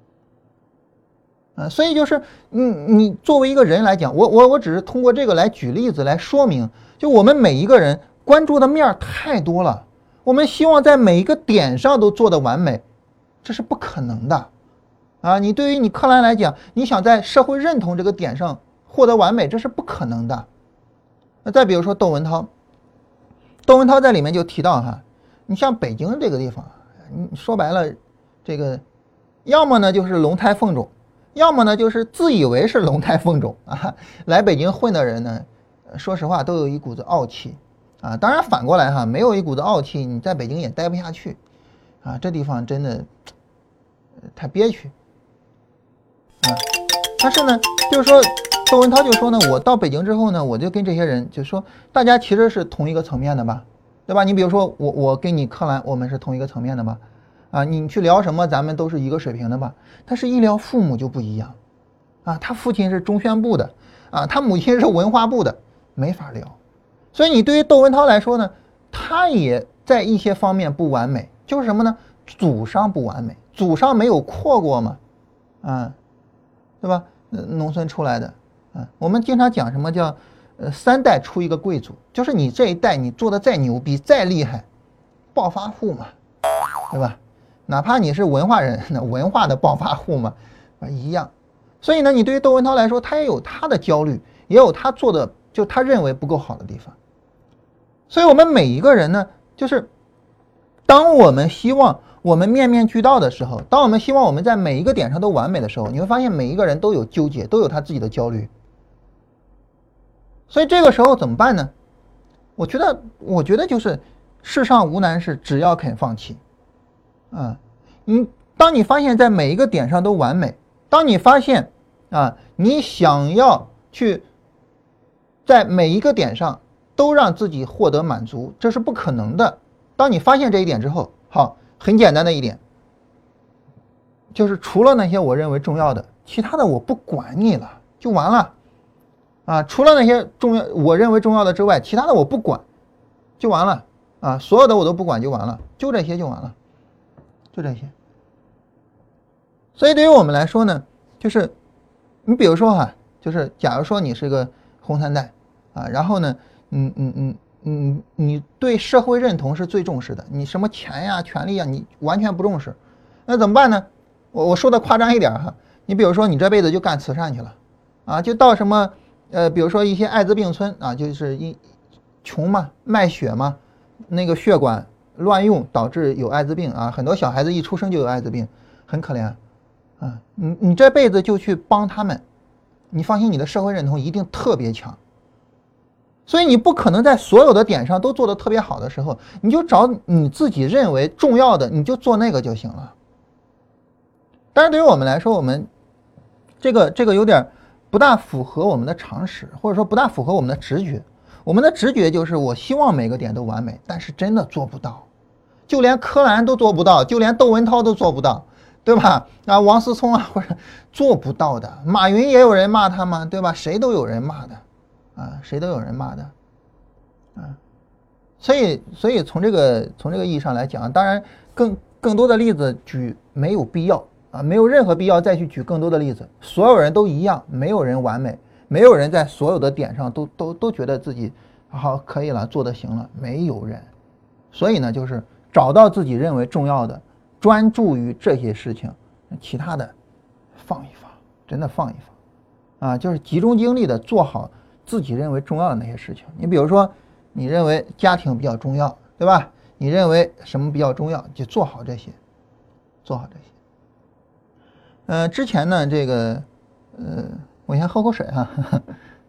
啊，所以就是你你作为一个人来讲，我我我只是通过这个来举例子来说明，就我们每一个人关注的面太多了，我们希望在每一个点上都做得完美，这是不可能的啊！你对于你柯蓝来讲，你想在社会认同这个点上获得完美，这是不可能的。那再比如说窦文涛，窦文涛在里面就提到哈，你像北京这个地方，你说白了，这个要么呢就是龙胎凤种。要么呢就是自以为是龙胎凤种啊，来北京混的人呢，说实话都有一股子傲气啊。当然反过来哈，没有一股子傲气，你在北京也待不下去啊。这地方真的、呃、太憋屈啊。但是呢，就是说窦文涛就说呢，我到北京之后呢，我就跟这些人就说，大家其实是同一个层面的吧，对吧？你比如说我我跟你柯蓝，我们是同一个层面的吧。啊，你去聊什么，咱们都是一个水平的吧？但是一聊父母就不一样，啊，他父亲是中宣部的，啊，他母亲是文化部的，没法聊。所以你对于窦文涛来说呢，他也在一些方面不完美，就是什么呢？祖上不完美，祖上没有扩过嘛，啊，对吧？农村出来的，啊，我们经常讲什么叫呃三代出一个贵族，就是你这一代你做的再牛逼再厉害，暴发户嘛，对吧？哪怕你是文化人，那文化的暴发户嘛，啊一样。所以呢，你对于窦文涛来说，他也有他的焦虑，也有他做的就他认为不够好的地方。所以我们每一个人呢，就是当我们希望我们面面俱到的时候，当我们希望我们在每一个点上都完美的时候，你会发现每一个人都有纠结，都有他自己的焦虑。所以这个时候怎么办呢？我觉得，我觉得就是世上无难事，只要肯放弃。啊，你当你发现在每一个点上都完美，当你发现啊，你想要去在每一个点上都让自己获得满足，这是不可能的。当你发现这一点之后，好，很简单的一点，就是除了那些我认为重要的，其他的我不管你了，就完了。啊，除了那些重要我认为重要的之外，其他的我不管，就完了。啊，所有的我都不管就完了，就这些就完了。就这些。所以对于我们来说呢，就是你比如说哈，就是假如说你是个红三代啊，然后呢，嗯嗯嗯嗯，你对社会认同是最重视的，你什么钱呀、权利呀，你完全不重视，那怎么办呢？我我说的夸张一点哈，你比如说你这辈子就干慈善去了，啊，就到什么呃，比如说一些艾滋病村啊，就是一穷嘛，卖血嘛，那个血管乱用导致有艾滋病啊，很多小孩子一出生就有艾滋病，很可怜啊。你你这辈子就去帮他们，你放心，你的社会认同一定特别强。所以你不可能在所有的点上都做得特别好的时候，你就找你自己认为重要的，你就做那个就行了。但是对于我们来说，我们这个这个有点不大符合我们的常识，或者说不大符合我们的直觉。我们的直觉就是我希望每个点都完美，但是真的做不到，就连柯蓝都做不到，就连窦文涛都做不到，对吧？啊，王思聪啊，或者做不到的，马云也有人骂他嘛，对吧？谁都有人骂的，啊，谁都有人骂的，啊，所以所以从这个从这个意义上来讲，当然更更多的例子举没有必要啊，没有任何必要再去举更多的例子，所有人都一样，没有人完美。没有人在所有的点上都都都觉得自己好可以了，做得行了，没有人。所以呢，就是找到自己认为重要的，专注于这些事情，其他的放一放，真的放一放啊，就是集中精力的做好自己认为重要的那些事情。你比如说，你认为家庭比较重要，对吧？你认为什么比较重要，就做好这些，做好这些。呃，之前呢，这个呃。我先喝口水哈、啊。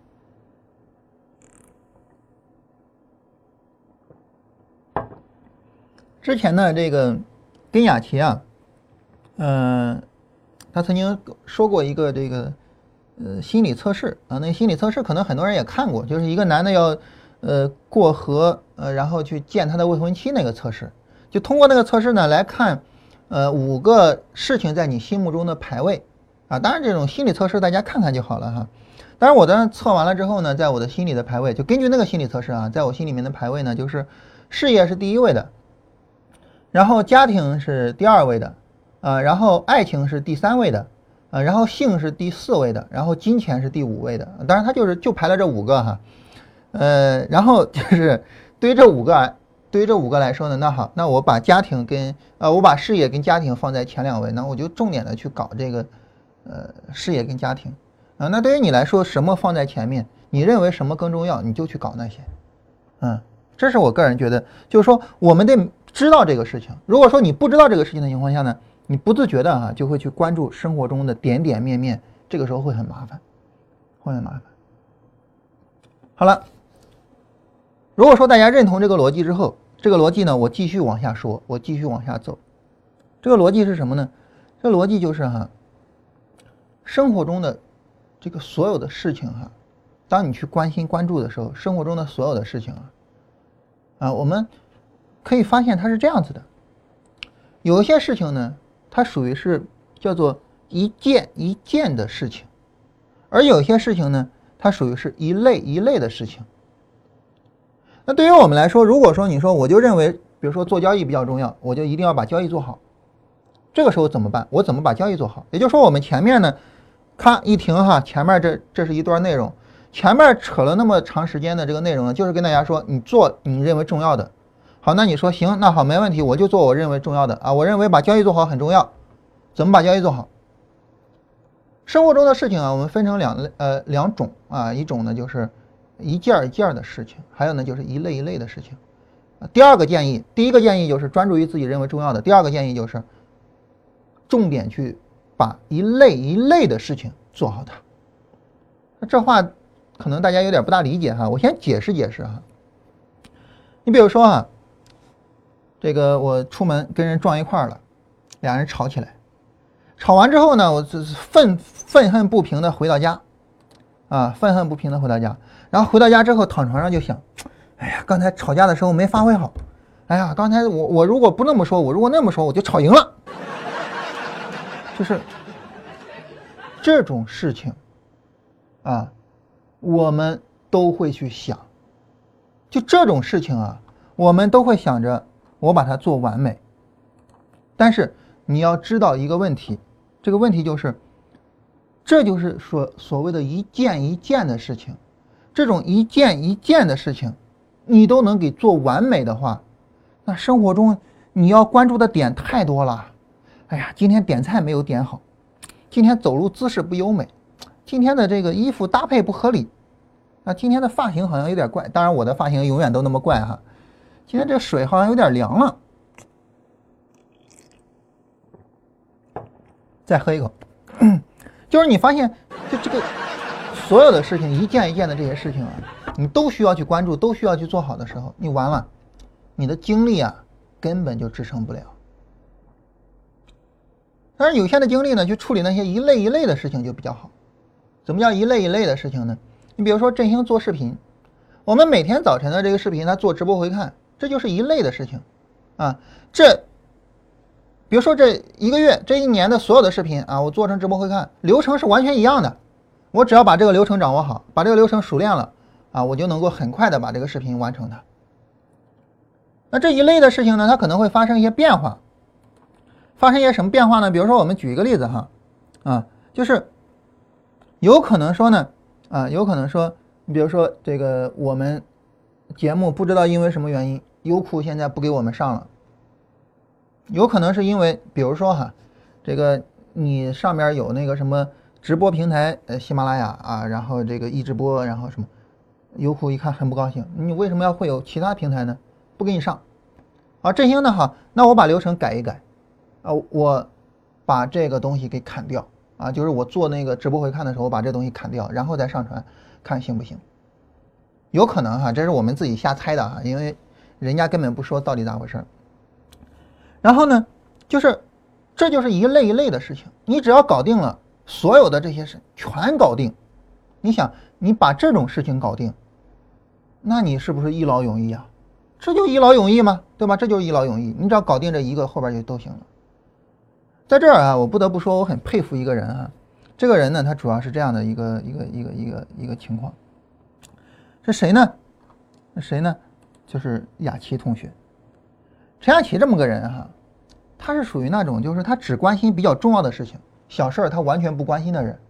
之前呢，这个跟雅琪啊，嗯、呃，他曾经说过一个这个呃心理测试啊，那个心理测试可能很多人也看过，就是一个男的要呃过河呃，然后去见他的未婚妻那个测试。 就通过那个测试呢来看，呃，五个事情在你心目中的排位啊。当然这种心理测试大家看看就好了哈。当然我当时测完了之后呢，在我的心里的排位，就根据那个心理测试啊，在我心里面的排位呢，就是事业是第一位的，然后家庭是第二位的，呃，然后爱情是第三位的，呃，然后性是第四位的，然后金钱是第五位的。当然它就是就排了这五个哈，呃，然后就是对于这五个啊，对于这五个来说呢，那好，那我把家庭跟呃，我把事业跟家庭放在前两位，那我就重点的去搞这个呃事业跟家庭啊。那对于你来说，什么放在前面？你认为什么更重要，你就去搞那些。嗯，这是我个人觉得，就是说我们得知道这个事情。如果说你不知道这个事情的情况下呢，你不自觉的哈、啊、就会去关注生活中的点点面面，这个时候会很麻烦，会很麻烦。好了，如果说大家认同这个逻辑之后，这个逻辑呢，我继续往下说，我继续往下走。这个逻辑是什么呢？这个逻辑就是哈，生活中的这个所有的事情哈，当你去关心关注的时候，生活中的所有的事情啊，啊，我们可以发现它是这样子的。有一些事情呢，它属于是叫做一件一件的事情，而有些事情呢，它属于是一类一类的事情。那对于我们来说，如果说你说我就认为，比如说做交易比较重要，我就一定要把交易做好，这个时候怎么办？我怎么把交易做好？也就是说我们前面呢，咔一停哈，前面这这是一段内容，前面扯了那么长时间的这个内容呢，就是跟大家说你做你认为重要的。好，那你说行，那好，没问题，我就做我认为重要的啊，我认为把交易做好很重要。怎么把交易做好？生活中的事情啊，我们分成两呃两种啊，一种呢就是一件一件的事情，还有呢就是一类一类的事情。第二个建议，第一个建议就是专注于自己认为重要的，第二个建议就是重点去把一类一类的事情做好它。那这话可能大家有点不大理解哈，我先解释解释哈。你比如说啊，这个我出门跟人撞一块了，俩人吵起来，吵完之后呢，我愤愤恨不平的回到家，啊，愤恨不平的回到家，然后回到家之后躺床上就想，哎呀，刚才吵架的时候没发挥好，哎呀，刚才我我如果不那么说，我如果那么说，我就吵赢了。就是这种事情啊，我们都会去想，就这种事情啊，我们都会想着我把它做完美。但是你要知道一个问题，这个问题就是，这就是说所谓的一件一件的事情，这种一件一件的事情，你都能给做完美的话，那生活中你要关注的点太多了。哎呀，今天点菜没有点好，今天走路姿势不优美，今天的这个衣服搭配不合理，啊，今天的发型好像有点怪，当然我的发型永远都那么怪哈。今天这水好像有点凉了，再喝一口。就是你发现，就这个所有的事情一件一件的这些事情啊，你都需要去关注，都需要去做好的时候，你完了，你的精力啊根本就支撑不了。但是有限的精力呢，去处理那些一类一类的事情就比较好。怎么叫一类一类的事情呢？你比如说振兴做视频，我们每天早晨的这个视频他做直播回看，这就是一类的事情啊。这比如说这一个月这一年的所有的视频啊，我做成直播回看，流程是完全一样的，我只要把这个流程掌握好，把这个流程熟练了啊，我就能够很快的把这个视频完成它。那这一类的事情呢，它可能会发生一些变化。发生一些什么变化呢？比如说我们举一个例子哈，啊，就是有可能说呢，啊，有可能说，你比如说这个我们节目不知道因为什么原因，优酷现在不给我们上了，有可能是因为，比如说哈，这个你上面有那个什么直播平台，呃，喜马拉雅啊，然后这个一直播，然后什么，优酷一看很不高兴，你为什么要会有其他平台呢？不给你上，啊，振兴呢好，那我把流程改一改。啊，我把这个东西给砍掉啊，就是我做那个直播回看的时候，把这东西砍掉，然后再上传，看行不行？有可能哈，这是我们自己瞎猜的哈，因为人家根本不说到底咋回事。然后呢，就是这就是一类一类的事情，你只要搞定了所有的这些事，全搞定，你想你把这种事情搞定，那你是不是一劳永逸啊？ 这就一劳永逸嘛，对吧？这就是一劳永逸，你只要搞定这一个，后边就都行了。在这儿啊，我不得不说，我很佩服一个人啊。这个人呢，他主要是这样的一个一个一个一个一个情况。是谁呢？谁呢？就是雅琪同学。陈雅琪这么个人哈，他是属于那种就是他只关心比较重要的事情，小事儿他完全不关心的人。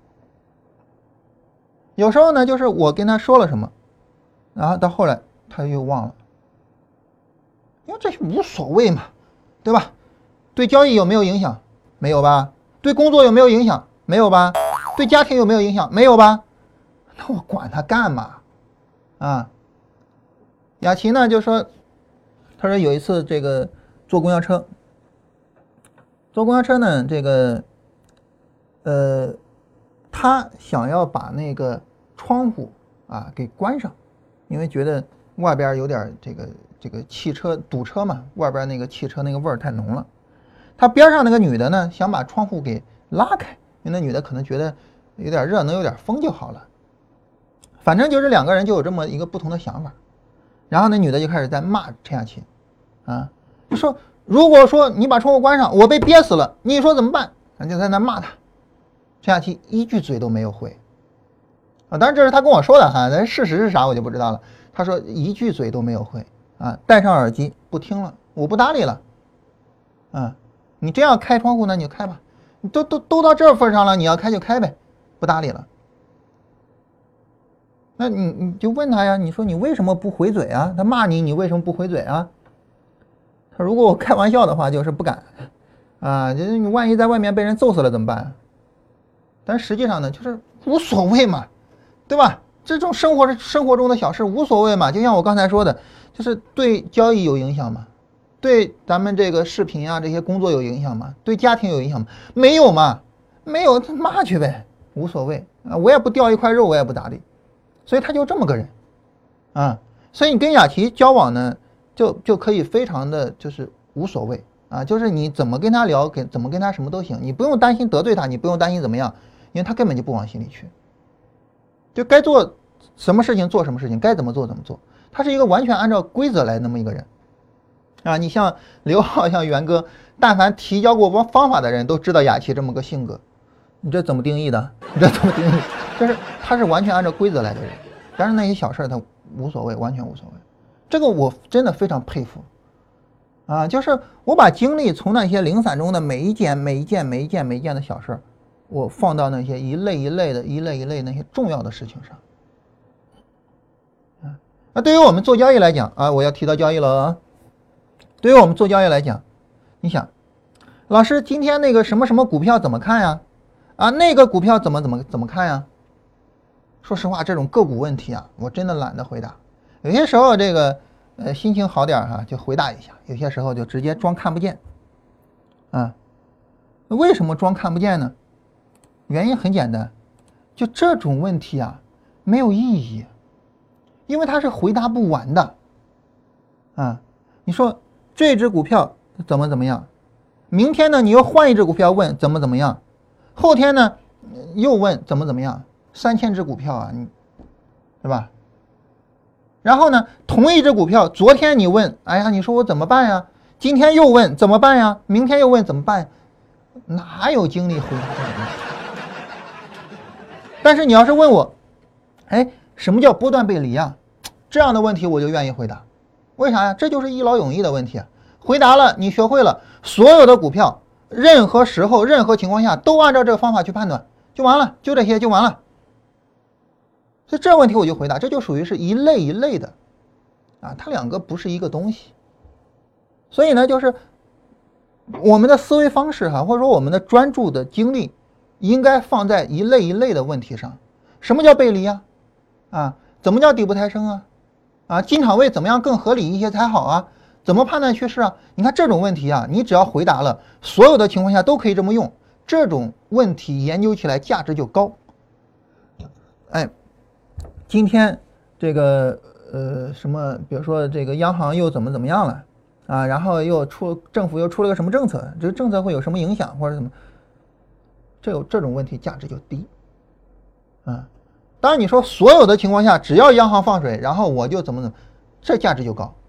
有时候呢，就是我跟他说了什么，然后到后来他又忘了，因为这无所谓嘛，对吧？对交易有没有影响？没有吧？对工作有没有影响？没有吧？对家庭有没有影响？没有吧？那我管他干嘛？啊？雅琪呢就说，他说有一次这个坐公交车，坐公交车呢，这个呃，他想要把那个窗户啊给关上，因为觉得外边有点这个这个汽车堵车嘛，外边那个汽车那个味儿太浓了。他边上那个女的呢，想把窗户给拉开，因为那女的可能觉得有点热，能有点风就好了。反正就是两个人就有这么一个不同的想法。然后那女的就开始在骂陈雅琪，啊，就说如果说你把窗户关上，我被憋死了，你说怎么办？就在那骂他。陈雅琪一句嘴都没有回，啊，当然这是他跟我说的哈，但事实是啥我就不知道了。他说一句嘴都没有回，啊，戴上耳机不听了，我不搭理了，啊，你真要开窗户呢你就开吧，你都都都到这份上了，你要开就开呗，不搭理了。那你你就问他呀，你说你为什么不回嘴啊？他骂你，你为什么不回嘴啊？他如果我开玩笑的话，就是不敢啊，就是你万一在外面被人揍死了怎么办？但实际上呢，就是无所谓嘛，对吧？这种生活生活中的小事无所谓嘛，就像我刚才说的，就是对交易有影响吗？对咱们这个视频啊这些工作有影响吗？对家庭有影响吗？没有嘛，没有，他骂去呗，无所谓啊，我也不掉一块肉，我也不搭理。所以他就这么个人啊，所以你跟雅琪交往呢，就就可以非常的就是无所谓啊，就是你怎么跟他聊，跟怎么跟他什么都行，你不用担心得罪他，你不用担心怎么样，因为他根本就不往心里去，就该做什么事情做什么事情，该怎么做怎么做，他是一个完全按照规则来那么一个人啊。你像刘浩像袁哥，但凡提交过方法的人都知道雅琪这么个性格，你这怎么定义的？你这怎么定义？就是他是完全按照规则来的人，但是那些小事他无所谓，完全无所谓。这个我真的非常佩服啊！就是我把精力从那些零散中的每一件、每一件、每一件、每一件的小事，我放到那些一类一类的、一类一类那些重要的事情上。啊，那对于我们做交易来讲啊，我要提到交易了啊。对于我们做交易来讲，你想，老师今天那个什么什么股票怎么看呀？啊，那个股票怎么怎么怎么看呀？说实话，这种个股问题啊，我真的懒得回答。有些时候这个呃心情好点哈、啊，就回答一下；有些时候就直接装看不见。啊，为什么装看不见呢？原因很简单，就这种问题啊没有意义，因为它是回答不完的。啊，你说这只股票怎么怎么样？明天呢你又换一只股票问怎么怎么样？后天呢又问怎么怎么样？三千只股票啊，你对吧？然后呢，同一只股票，昨天你问，哎呀，你说我怎么办呀？今天又问怎么办呀？明天又问怎么办？哪有精力回答这个问题？但是你要是问我，哎，什么叫波段背离啊？这样的问题我就愿意回答。为啥呀？这就是一劳永逸的问题。回答了，你学会了，所有的股票，任何时候、任何情况下都按照这个方法去判断，就完了，就这些就完了。所以这问题我就回答，这就属于是一类一类的啊，它两个不是一个东西。所以呢，就是我们的思维方式哈，或者说我们的专注的精力应该放在一类一类的问题上。什么叫背离啊？啊，怎么叫底部抬升啊？啊，进场位怎么样更合理一些才好啊？怎么判断趋势啊？你看这种问题啊，你只要回答了，所有的情况下都可以这么用，这种问题研究起来价值就高。哎，今天这个呃什么，比如说这个央行又怎么怎么样了啊，然后又出政府又出了个什么政策，这个政策会有什么影响或者什么，这有这种问题价值就低啊。当然你说所有的情况下只要央行放水，然后我就怎么怎么，这价值就高。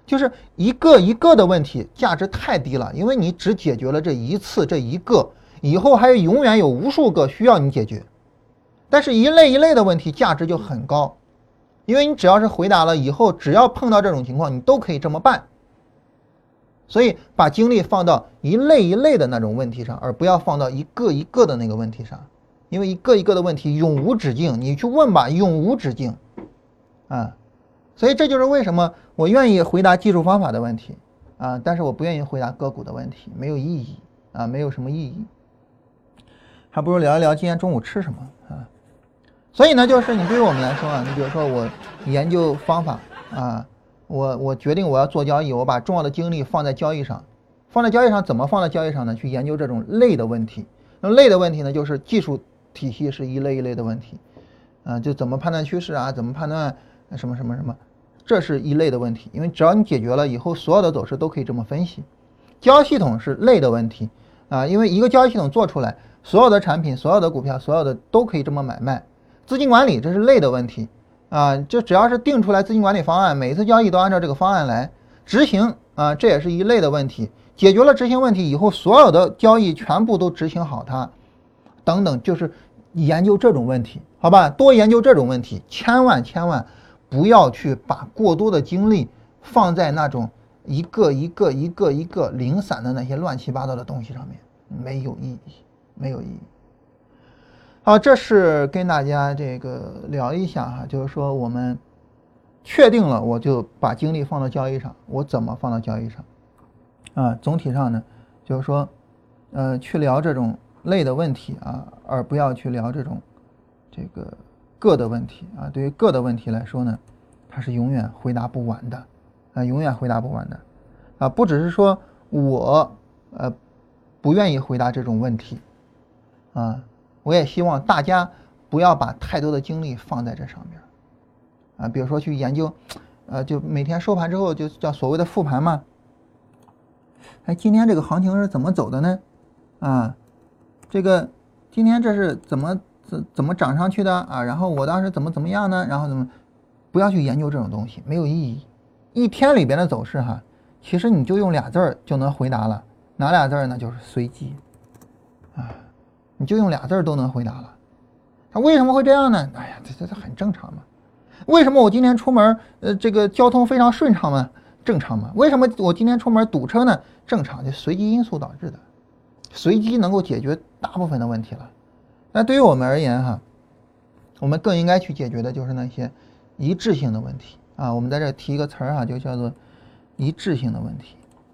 就是一个一个的问题价值太低了，因为你只解决了这一次这一个，以后还有永远有无数个需要你解决。但是一类一类的问题价值就很高，因为你只要是回答了，以后只要碰到这种情况你都可以这么办。所以把精力放到一类一类的那种问题上，而不要放到一个一个的那个问题上，因为一个一个的问题永无止境，你去问吧，永无止境啊。所以这就是为什么我愿意回答技术方法的问题啊，但是我不愿意回答个股的问题，没有意义啊，没有什么意义，还不如聊一聊今天中午吃什么啊。所以呢，就是你对于我们来说啊，你比如说我研究方法啊，我我决定我要做交易，我把重要的精力放在交易上，放在交易上怎么放在交易上呢？去研究这种类的问题。那类的问题呢，就是技术体系是一类一类的问题，啊，就怎么判断趋势啊，怎么判断什么什么什么，这是一类的问题。因为只要你解决了以后，所有的走势都可以这么分析。交易系统是类的问题啊，因为一个交易系统做出来，所有的产品、所有的股票、所有的都可以这么买卖。资金管理这是类的问题啊，就只要是定出来资金管理方案，每一次交易都按照这个方案来执行啊，这也是一类的问题。解决了执行问题以后，所有的交易全部都执行好它，等等，就是研究这种问题，好吧？多研究这种问题，千万千万不要去把过多的精力放在那种一个一个一个一个零散的那些乱七八糟的东西上面，没有意义，没有意义。好，这是跟大家这个聊一下哈，就是说我们确定了，我就把精力放到交易上，我怎么放到交易上啊？总体上呢，就是说，呃，去聊这种类的问题啊，而不要去聊这种这个个的问题啊。对于个的问题来说呢，它是永远回答不完的啊，永远回答不完的啊。不只是说我呃不愿意回答这种问题啊。我也希望大家不要把太多的精力放在这上面啊，比如说去研究，呃，就每天收盘之后就叫所谓的复盘嘛。哎，今天这个行情是怎么走的呢？啊，这个今天这是怎么怎怎么涨上去的啊？然后我当时怎么怎么样呢？然后怎么？不要去研究这种东西，没有意义。一天里边的走势哈，其实你就用俩字儿就能回答了，哪俩字儿呢？就是随机啊。你就用俩字都能回答了，他为什么会这样呢？哎呀，这这这很正常嘛。为什么我今天出门，呃，这个交通非常顺畅吗？正常嘛。为什么我今天出门堵车呢？正常，就随机因素导致的，随机能够解决大部分的问题了。那对于我们而言哈，我们更应该去解决的就是那些一致性的问题啊。我们在这提一个词儿哈，就叫做一致性的问题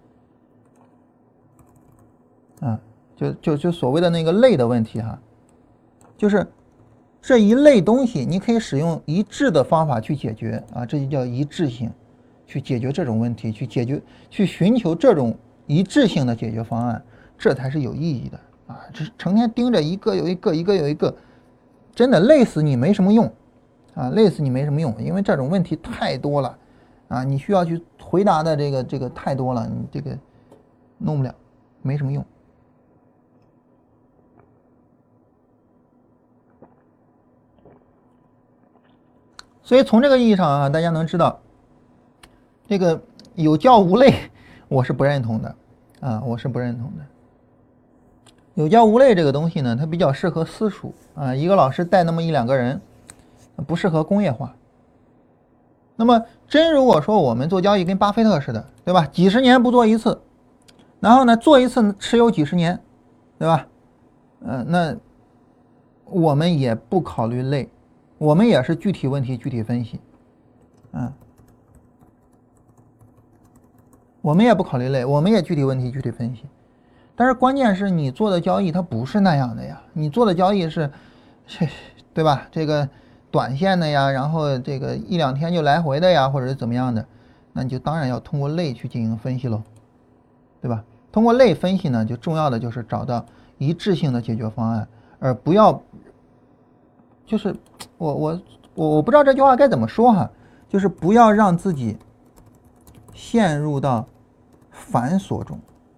啊。就就就所谓的那个类的问题哈，就是这一类东西你可以使用一致的方法去解决啊，这就叫一致性，去解决这种问题，去解决去寻求这种一致性的解决方案，这才是有意义的啊！这成天盯着一个有一个一个有一个，真的累死你没什么用啊，累死你没什么用，因为这种问题太多了啊，你需要去回答的这个这个太多了，你这个弄不了，没什么用。所以从这个意义上啊，大家能知道，这个有教无类，我是不认同的啊，我是不认同的。有教无类这个东西呢，它比较适合私塾啊，一个老师带那么一两个人，不适合工业化。那么真如果说我们做交易跟巴菲特似的，对吧？几十年不做一次，然后呢做一次持有几十年，对吧？嗯、呃，那我们也不考虑类。我们也是具体问题具体分析，嗯，我们也不考虑类，我们也具体问题具体分析。但是关键是你做的交易它不是那样的呀，你做的交易是，对吧？这个短线的呀，然后这个一两天就来回的呀，或者是怎么样的，那你就当然要通过类去进行分析喽，对吧？通过类分析呢，就重要的就是找到一致性的解决方案，而不要。就是我我我我不知道这句话该怎么说哈，就是不要让自己陷入到繁琐中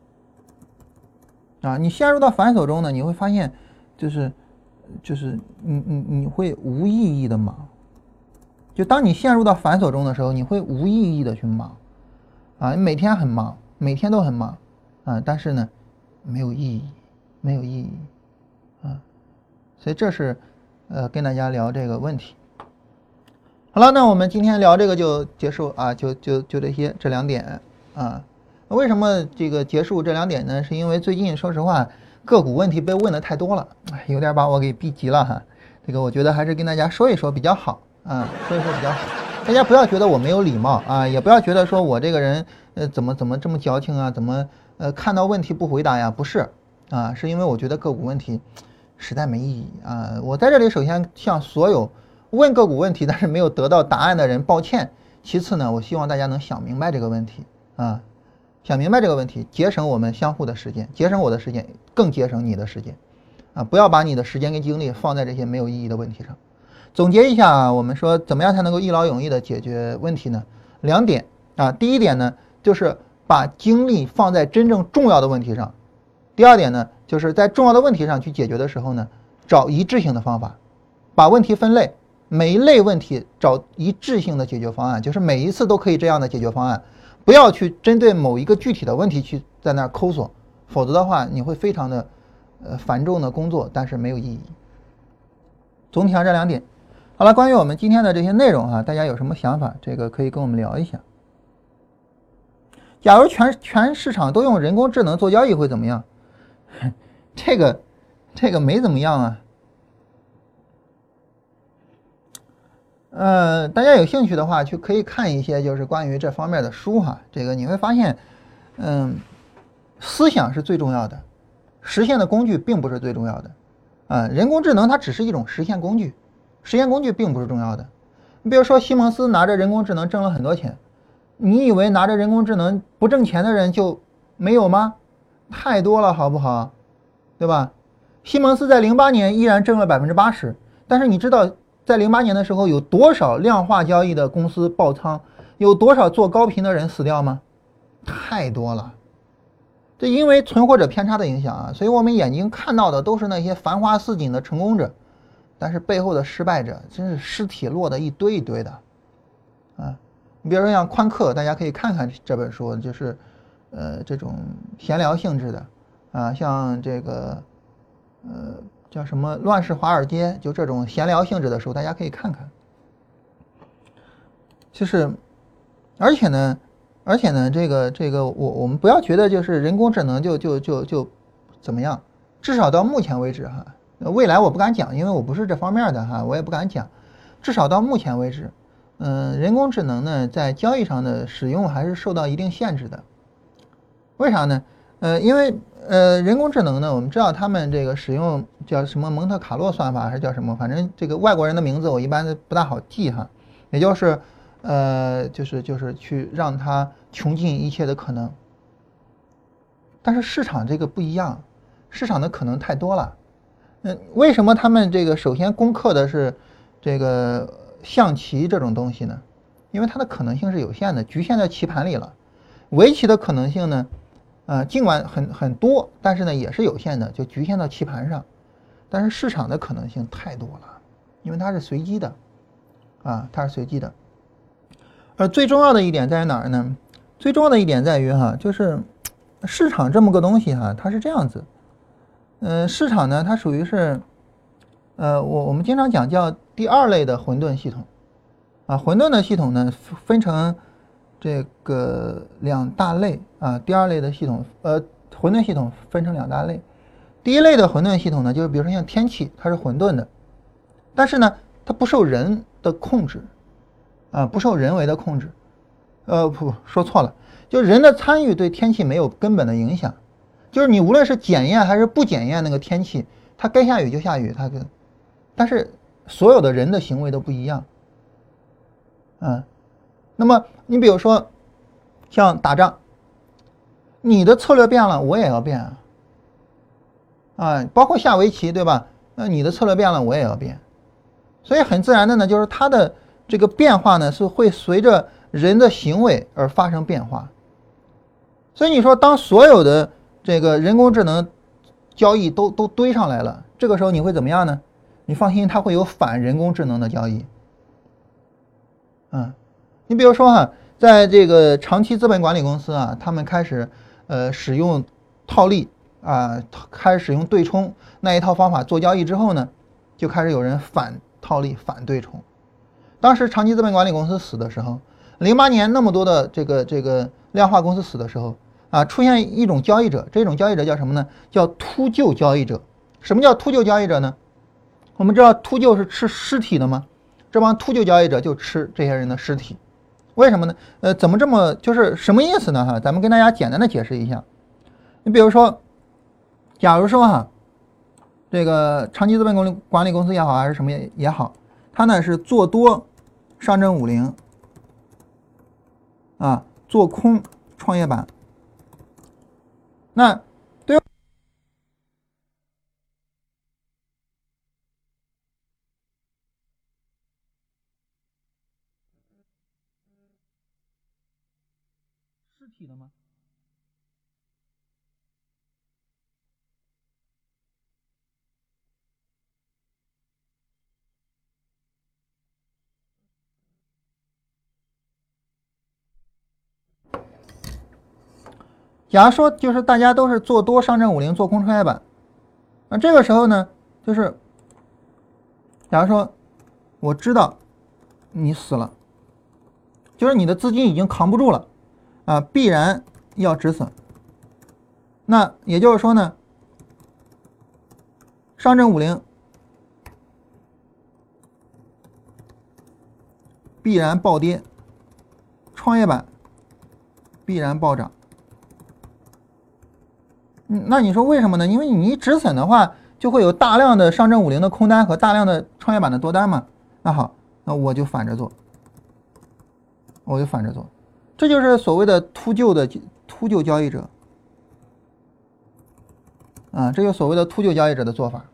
啊！你陷入到繁琐中呢，你会发现就是就是你你你会无意义的忙。就当你陷入到繁琐中的时候，你会无意义的去忙啊，你每天很忙，每天都很忙啊，但是呢没有意义，没有意义啊，所以这是呃跟大家聊这个问题。好了，那我们今天聊这个就结束啊，就就就这些这两点啊。为什么这个结束这两点呢？是因为最近说实话个股问题被问的太多了，有点把我给逼急了哈。这个我觉得还是跟大家说一说比较好啊，说一说比较好。大家不要觉得我没有礼貌啊，也不要觉得说我这个人呃怎么怎么这么矫情啊，怎么呃看到问题不回答呀？不是啊，是因为我觉得个股问题实在没意义啊。我在这里首先向所有问个股问题但是没有得到答案的人抱歉。其次呢，我希望大家能想明白这个问题啊，想明白这个问题，节省我们相互的时间，节省我的时间，更节省你的时间啊！不要把你的时间跟精力放在这些没有意义的问题上。总结一下啊，我们说怎么样才能够一劳永逸的解决问题呢？两点啊，第一点呢，就是把精力放在真正重要的问题上；第二点呢，就是在重要的问题上去解决的时候呢，找一致性的方法，把问题分类，每一类问题找一致性的解决方案，就是每一次都可以这样的解决方案，不要去针对某一个具体的问题去在那儿抠索，否则的话你会非常的呃繁重的工作，但是没有意义。总体上这两点。好了，关于我们今天的这些内容啊，大家有什么想法？这个可以跟我们聊一下。假如全全市场都用人工智能做交易会怎么样？这个这个没怎么样啊。呃，大家有兴趣的话，去可以看一些就是关于这方面的书哈。这个你会发现，嗯，思想是最重要的，实现的工具并不是最重要的。啊，人工智能它只是一种实现工具。实验工具并不是重要的。你比如说西蒙斯拿着人工智能挣了很多钱，你以为拿着人工智能不挣钱的人就没有吗？太多了好不好？对吧？西蒙斯在零八年依然挣了 百分之八十， 但是你知道在零八年的时候有多少量化交易的公司爆仓，有多少做高频的人死掉吗？太多了。这因为存活者偏差的影响啊，所以我们眼睛看到的都是那些繁花似锦的成功者，但是背后的失败者真是尸体落得一堆一堆的啊！你比如说像宽克，大家可以看看这本书，就是呃这种闲聊性质的啊，像这个呃叫什么乱世华尔街，就这种闲聊性质的书，大家可以看看。就是而且呢而且呢这个这个我我们不要觉得就是人工智能就就就就怎么样，至少到目前为止哈。未来我不敢讲，因为我不是这方面的哈，我也不敢讲。至少到目前为止，嗯、呃，人工智能呢在交易上的使用还是受到一定限制的。为啥呢？呃，因为呃人工智能呢，我们知道他们这个使用叫什么蒙特卡洛算法还是叫什么，反正这个外国人的名字我一般不大好记哈。也就是呃就是就是去让它穷尽一切的可能。但是市场这个不一样，市场的可能太多了。嗯，为什么他们这个首先攻克的是这个象棋这种东西呢？因为它的可能性是有限的，局限在棋盘里了。围棋的可能性呢，呃，尽管很很多，但是呢也是有限的，就局限到棋盘上。但是市场的可能性太多了，因为它是随机的，啊，它是随机的。而最重要的一点在于哪儿呢？最重要的一点在于哈，就是市场这么个东西哈，它是这样子。呃，市场呢，它属于是，呃，我我们经常讲叫第二类的混沌系统，啊，混沌的系统呢分成这个两大类啊，第二类的系统，呃，混沌系统分成两大类，第一类的混沌系统呢，就是比如说像天气，它是混沌的，但是呢，它不受人的控制，啊，不受人为的控制，呃，不，说错了，就人的参与对天气没有根本的影响。就是你无论是检验还是不检验那个天气，它该下雨就下雨，它跟，但是所有的人的行为都不一样，嗯，那么你比如说像打仗，你的策略变了，我也要变啊，啊，包括下围棋对吧？那你的策略变了，我也要变，所以很自然的呢，就是它的这个变化呢是会随着人的行为而发生变化，所以你说当所有的这个人工智能交易都都堆上来了，这个时候你会怎么样呢？你放心，它会有反人工智能的交易。嗯，你比如说哈， 在这个长期资本管理公司啊，他们开始呃使用套利啊，开始使用对冲那一套方法做交易之后呢，就开始有人反套利、反对冲。当时长期资本管理公司死的时候，零八年那么多的这个这个量化公司死的时候啊，出现一种交易者，这种交易者叫什么呢？叫秃鹫交易者。什么叫秃鹫交易者呢？我们知道秃鹫是吃尸体的吗？这帮秃鹫交易者就吃这些人的尸体。为什么呢？呃，怎么这么就是什么意思呢？哈，咱们跟大家简单的解释一下。你比如说，假如说哈，这个长期资本管理管理公司也好，还是什么也也好，它呢是做多上证五零啊，做空创业板。那对尸体的吗？假如说就是大家都是做多上证五零，做空创业板，那这个时候呢，就是假如说我知道你死了，就是你的资金已经扛不住了啊，必然要止损。那也就是说呢，上证五零必然暴跌，创业板必然暴涨。嗯，那你说为什么呢？因为你一止损的话，就会有大量的上证五零的空单和大量的创业板的多单嘛。那好，那我就反着做，我就反着做，这就是所谓的秃鹫的秃鹫交易者啊，这就是所谓的秃鹫交易者的做法。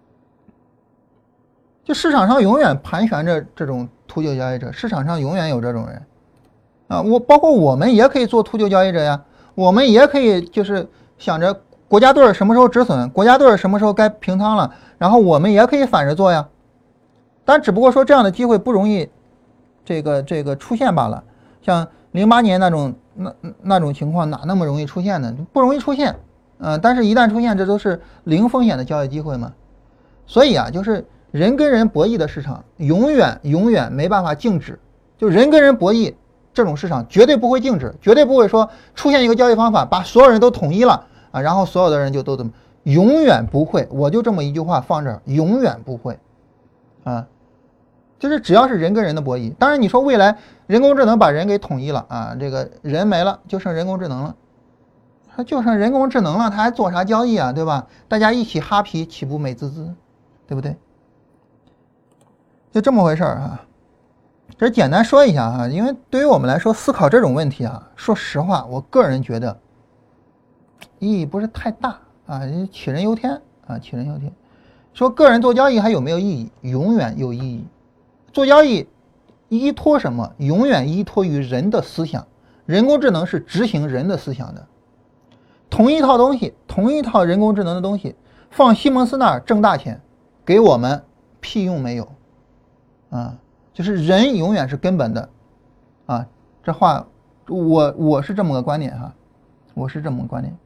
就市场上永远盘旋着这种秃鹫交易者，市场上永远有这种人啊。我包括我们也可以做秃鹫交易者呀，我们也可以就是想着国家队什么时候止损，国家队什么时候该平仓了，然后我们也可以反着做呀。但只不过说这样的机会不容易这个这个出现罢了。像零八年那种那那种情况哪那么容易出现呢？不容易出现。嗯、呃，但是一旦出现，这都是零风险的交易机会嘛。所以啊，就是人跟人博弈的市场，永远永远没办法静止。就人跟人博弈这种市场，绝对不会静止，绝对不会说出现一个交易方法把所有人都统一了啊，然后所有的人就都这么，永远不会。我就这么一句话放这儿，永远不会啊。就是只要是人跟人的博弈，当然你说未来人工智能把人给统一了啊，这个人没了，就剩人工智能了，它就剩人工智能了，它还做啥交易啊，对吧？大家一起哈皮，岂不美滋滋，对不对？就这么回事儿啊。这简单说一下哈，因为对于我们来说，思考这种问题啊，说实话，我个人觉得意义不是太大啊，杞人忧天啊，杞人忧天。说个人做交易还有没有意义？永远有意义。做交易依托什么？永远依托于人的思想。人工智能是执行人的思想的。同一套东西，同一套人工智能的东西，放西蒙斯那儿挣大钱，给我们屁用没有啊！就是人永远是根本的啊！这话我我是这么个观点哈，我是这么个观点。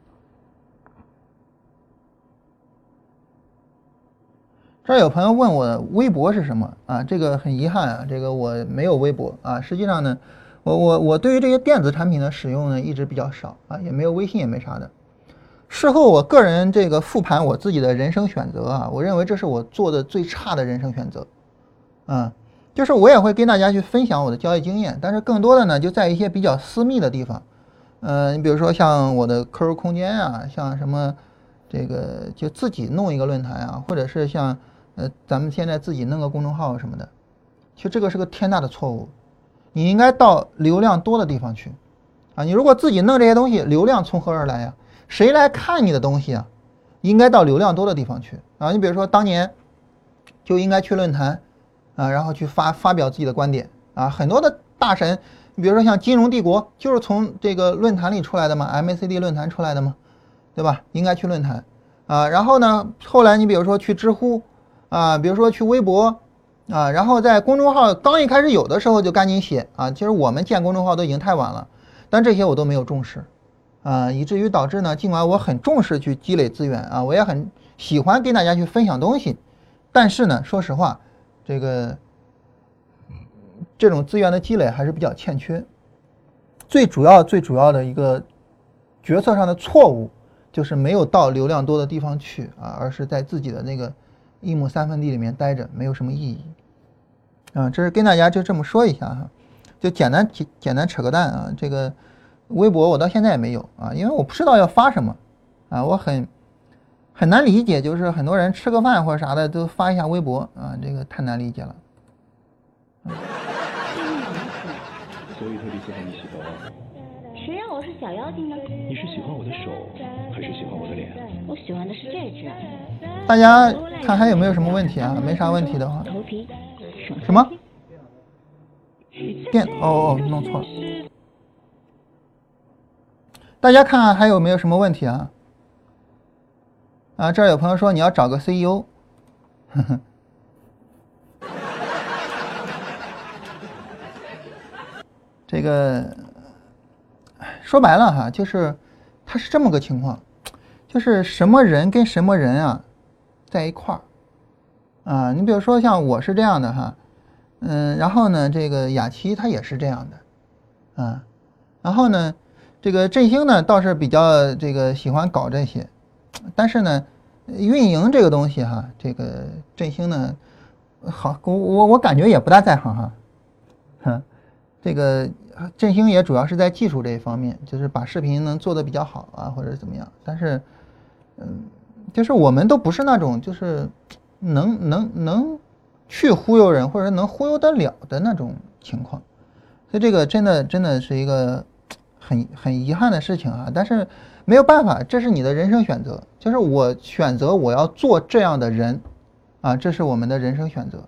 这儿有朋友问我微博是什么啊？这个很遗憾啊，这个我没有微博啊。实际上呢，我我我对于这些电子产品的使用呢一直比较少啊，也没有微信也没啥的。事后我个人这个复盘我自己的人生选择啊，我认为这是我做的最差的人生选择，啊，就是我也会跟大家去分享我的交易经验，但是更多的呢就在一些比较私密的地方，嗯、呃，你比如说像我的 Q Q 空间啊，像什么这个就自己弄一个论坛啊，或者是像呃咱们现在自己弄个公众号什么的，其实这个是个天大的错误，你应该到流量多的地方去，啊，你如果自己弄这些东西，流量从何而来呀？谁来看你的东西啊？应该到流量多的地方去啊！你比如说当年就应该去论坛啊，然后去发发表自己的观点啊。很多的大神，你比如说像金融帝国，就是从这个论坛里出来的嘛 ，M A C D 论坛出来的嘛，对吧？应该去论坛啊。然后呢，后来你比如说去知乎啊，比如说去微博啊，然后在公众号刚一开始有的时候就赶紧写啊，其实我们建公众号都已经太晚了，但这些我都没有重视啊，以至于导致呢，尽管我很重视去积累资源啊，我也很喜欢跟大家去分享东西，但是呢，说实话，这个这种资源的积累还是比较欠缺。最主要最主要的一个决策上的错误，就是没有到流量多的地方去啊，而是在自己的那个一亩三分地里面待着，没有什么意义啊。这是跟大家就这么说一下哈，就简单简单扯个蛋啊。这个微博我到现在也没有啊，因为我不知道要发什么啊，我很很难理解，就是很多人吃个饭或者啥的都发一下微博啊，这个太难理解了。嗯所以特别喜欢你洗头啊？ 谁让我是小妖精呢？ 你是喜欢我的手，还是喜欢我的脸？ 我喜欢的是这只。 大家看还有没有什么问题啊？没啥问题的话， 头皮什么电？哦哦，弄错了。大家看还有没有什么问题啊？啊，这儿有朋友说你要找个 C E O， 呵呵。这个说白了哈，就是它是这么个情况，就是什么人跟什么人啊在一块儿啊，你比如说像我是这样的哈，嗯，然后呢，这个雅琪他也是这样的啊，然后呢，这个振兴呢倒是比较这个喜欢搞这些，但是呢，运营这个东西哈，这个振兴呢，好，我我我感觉也不大在行哈，哼。这个振兴也主要是在技术这一方面，就是把视频能做得比较好啊，或者怎么样。但是，嗯，就是我们都不是那种就是能能能去忽悠人，或者能忽悠得了的那种情况。所以这个真的真的是一个很很遗憾的事情啊。但是没有办法，这是你的人生选择，就是我选择我要做这样的人啊，这是我们的人生选择。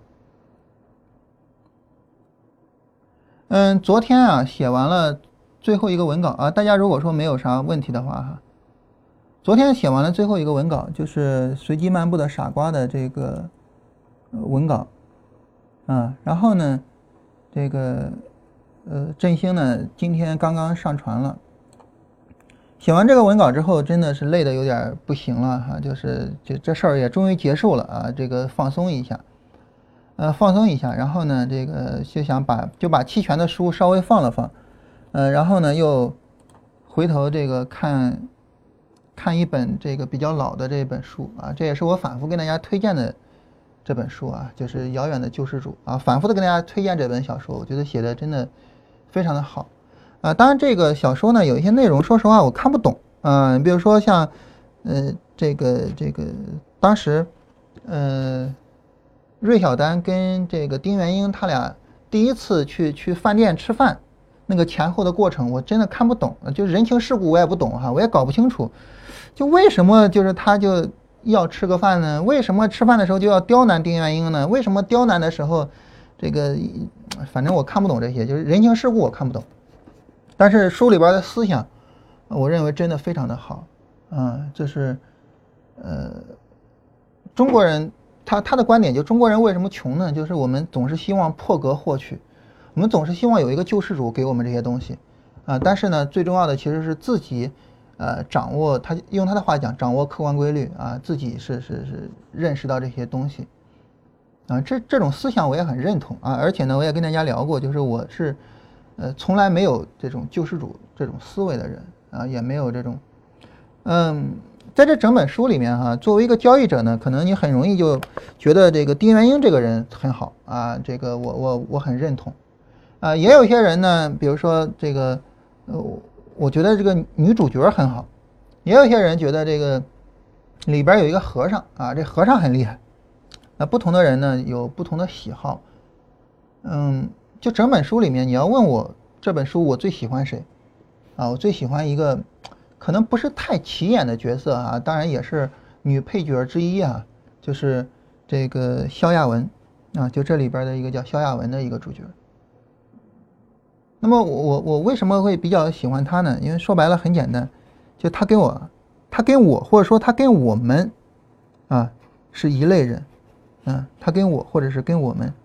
嗯，昨天啊写完了最后一个文稿啊，大家如果说没有啥问题的话哈，昨天写完了最后一个文稿，就是随机漫步的傻瓜的这个文稿啊，然后呢，这个呃振兴呢今天刚刚上传了，写完这个文稿之后，真的是累得有点不行了哈，就是这这事儿也终于结束了啊，这个放松一下。呃，放松一下，然后呢，这个就想把就把期权的书稍微放了放，呃，然后呢又回头这个看看一本这个比较老的这本书啊，这也是我反复跟大家推荐的这本书啊，就是《遥远的救世主》啊，反复的跟大家推荐这本小说，我觉得写的真的非常的好啊。当然这个小说呢有一些内容，说实话我看不懂啊，比如说像呃这个这个当时呃。芮小丹跟这个丁元英他俩第一次去去饭店吃饭，那个前后的过程我真的看不懂，就人情世故我也不懂哈，我也搞不清楚，就为什么就是他就要吃个饭呢？为什么吃饭的时候就要刁难丁元英呢？为什么刁难的时候，这个反正我看不懂这些，就是人情世故我看不懂，但是书里边的思想，我认为真的非常的好，嗯，就是呃中国人。他他的观点就中国人为什么穷呢？就是我们总是希望破格获取，我们总是希望有一个救世主给我们这些东西啊、呃。但是呢，最重要的其实是自己呃掌握他用他的话讲，掌握客观规律啊，自己是是是认识到这些东西啊。这这种思想我也很认同啊。而且呢，我也跟大家聊过，就是我是呃从来没有这种救世主这种思维的人啊，也没有这种嗯。在这整本书里面哈、啊，作为一个交易者呢，可能你很容易就觉得这个丁元英这个人很好啊，这个我我我很认同啊。也有些人呢，比如说这个呃，我觉得这个女主角很好，也有些人觉得这个里边有一个和尚啊，这和尚很厉害。那不同的人呢有不同的喜好，嗯，就整本书里面，你要问我这本书我最喜欢谁啊？我最喜欢一个。可能不是太起眼的角色啊，当然也是女配角之一啊，就是这个萧亚文啊，就这里边的一个叫萧亚文的一个主角。那么我我我为什么会比较喜欢她呢？因为说白了很简单，就她跟我，她跟我或者说她跟我们啊是一类人，啊，她跟我或者是跟我们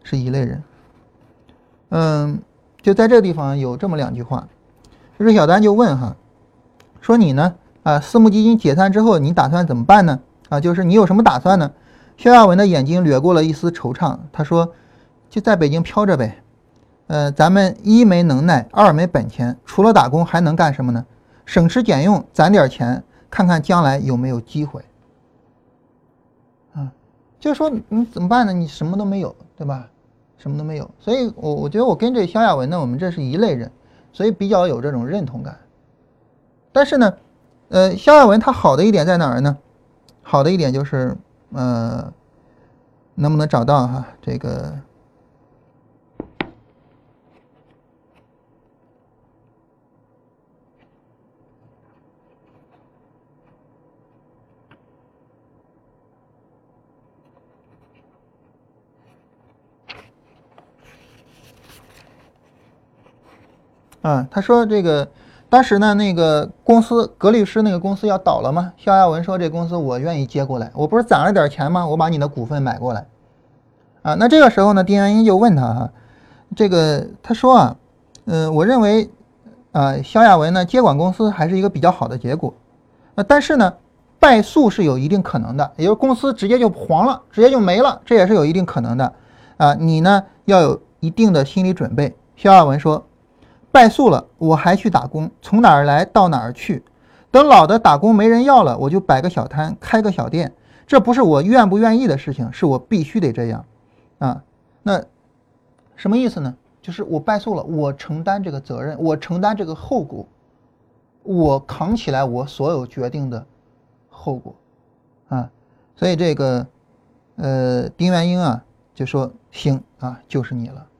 是一类人。嗯，就在这个地方有这么两句话，瑞小丹就问哈，说你呢啊，私募基金解散之后你打算怎么办呢？啊，就是你有什么打算呢？肖亚文的眼睛掠过了一丝惆怅，他说就在北京飘着呗。呃，咱们一没能耐，二没本钱，除了打工还能干什么呢？省吃俭用，攒点钱，看看将来有没有机会。啊，就说你怎么办呢？你什么都没有，对吧？什么都没有。所以我我觉得我跟这肖亚文呢，我们这是一类人，所以比较有这种认同感。但是呢，呃，肖亚文他好的一点在哪儿呢？好的一点就是，呃，能不能找到哈这个？啊，他说这个当时呢，那个公司格律诗那个公司要倒了吗？肖亚文说这公司我愿意接过来，我不是攒了点钱吗？我把你的股份买过来。啊，那这个时候呢，丁元英就问他哈，这个他说啊，呃，我认为啊，肖亚文呢接管公司还是一个比较好的结果，呃，但是呢，败诉是有一定可能的，也就是公司直接就黄了，直接就没了，这也是有一定可能的。啊，你呢要有一定的心理准备。肖亚文说，败诉了我还去打工，从哪儿来到哪儿去，等老的打工没人要了，我就摆个小摊，开个小店，这不是我愿不愿意的事情，是我必须得这样。啊，那什么意思呢？就是我败诉了，我承担这个责任，我承担这个后果，我扛起来我所有决定的后果啊。所以这个呃丁元英啊就说行啊，就是你了。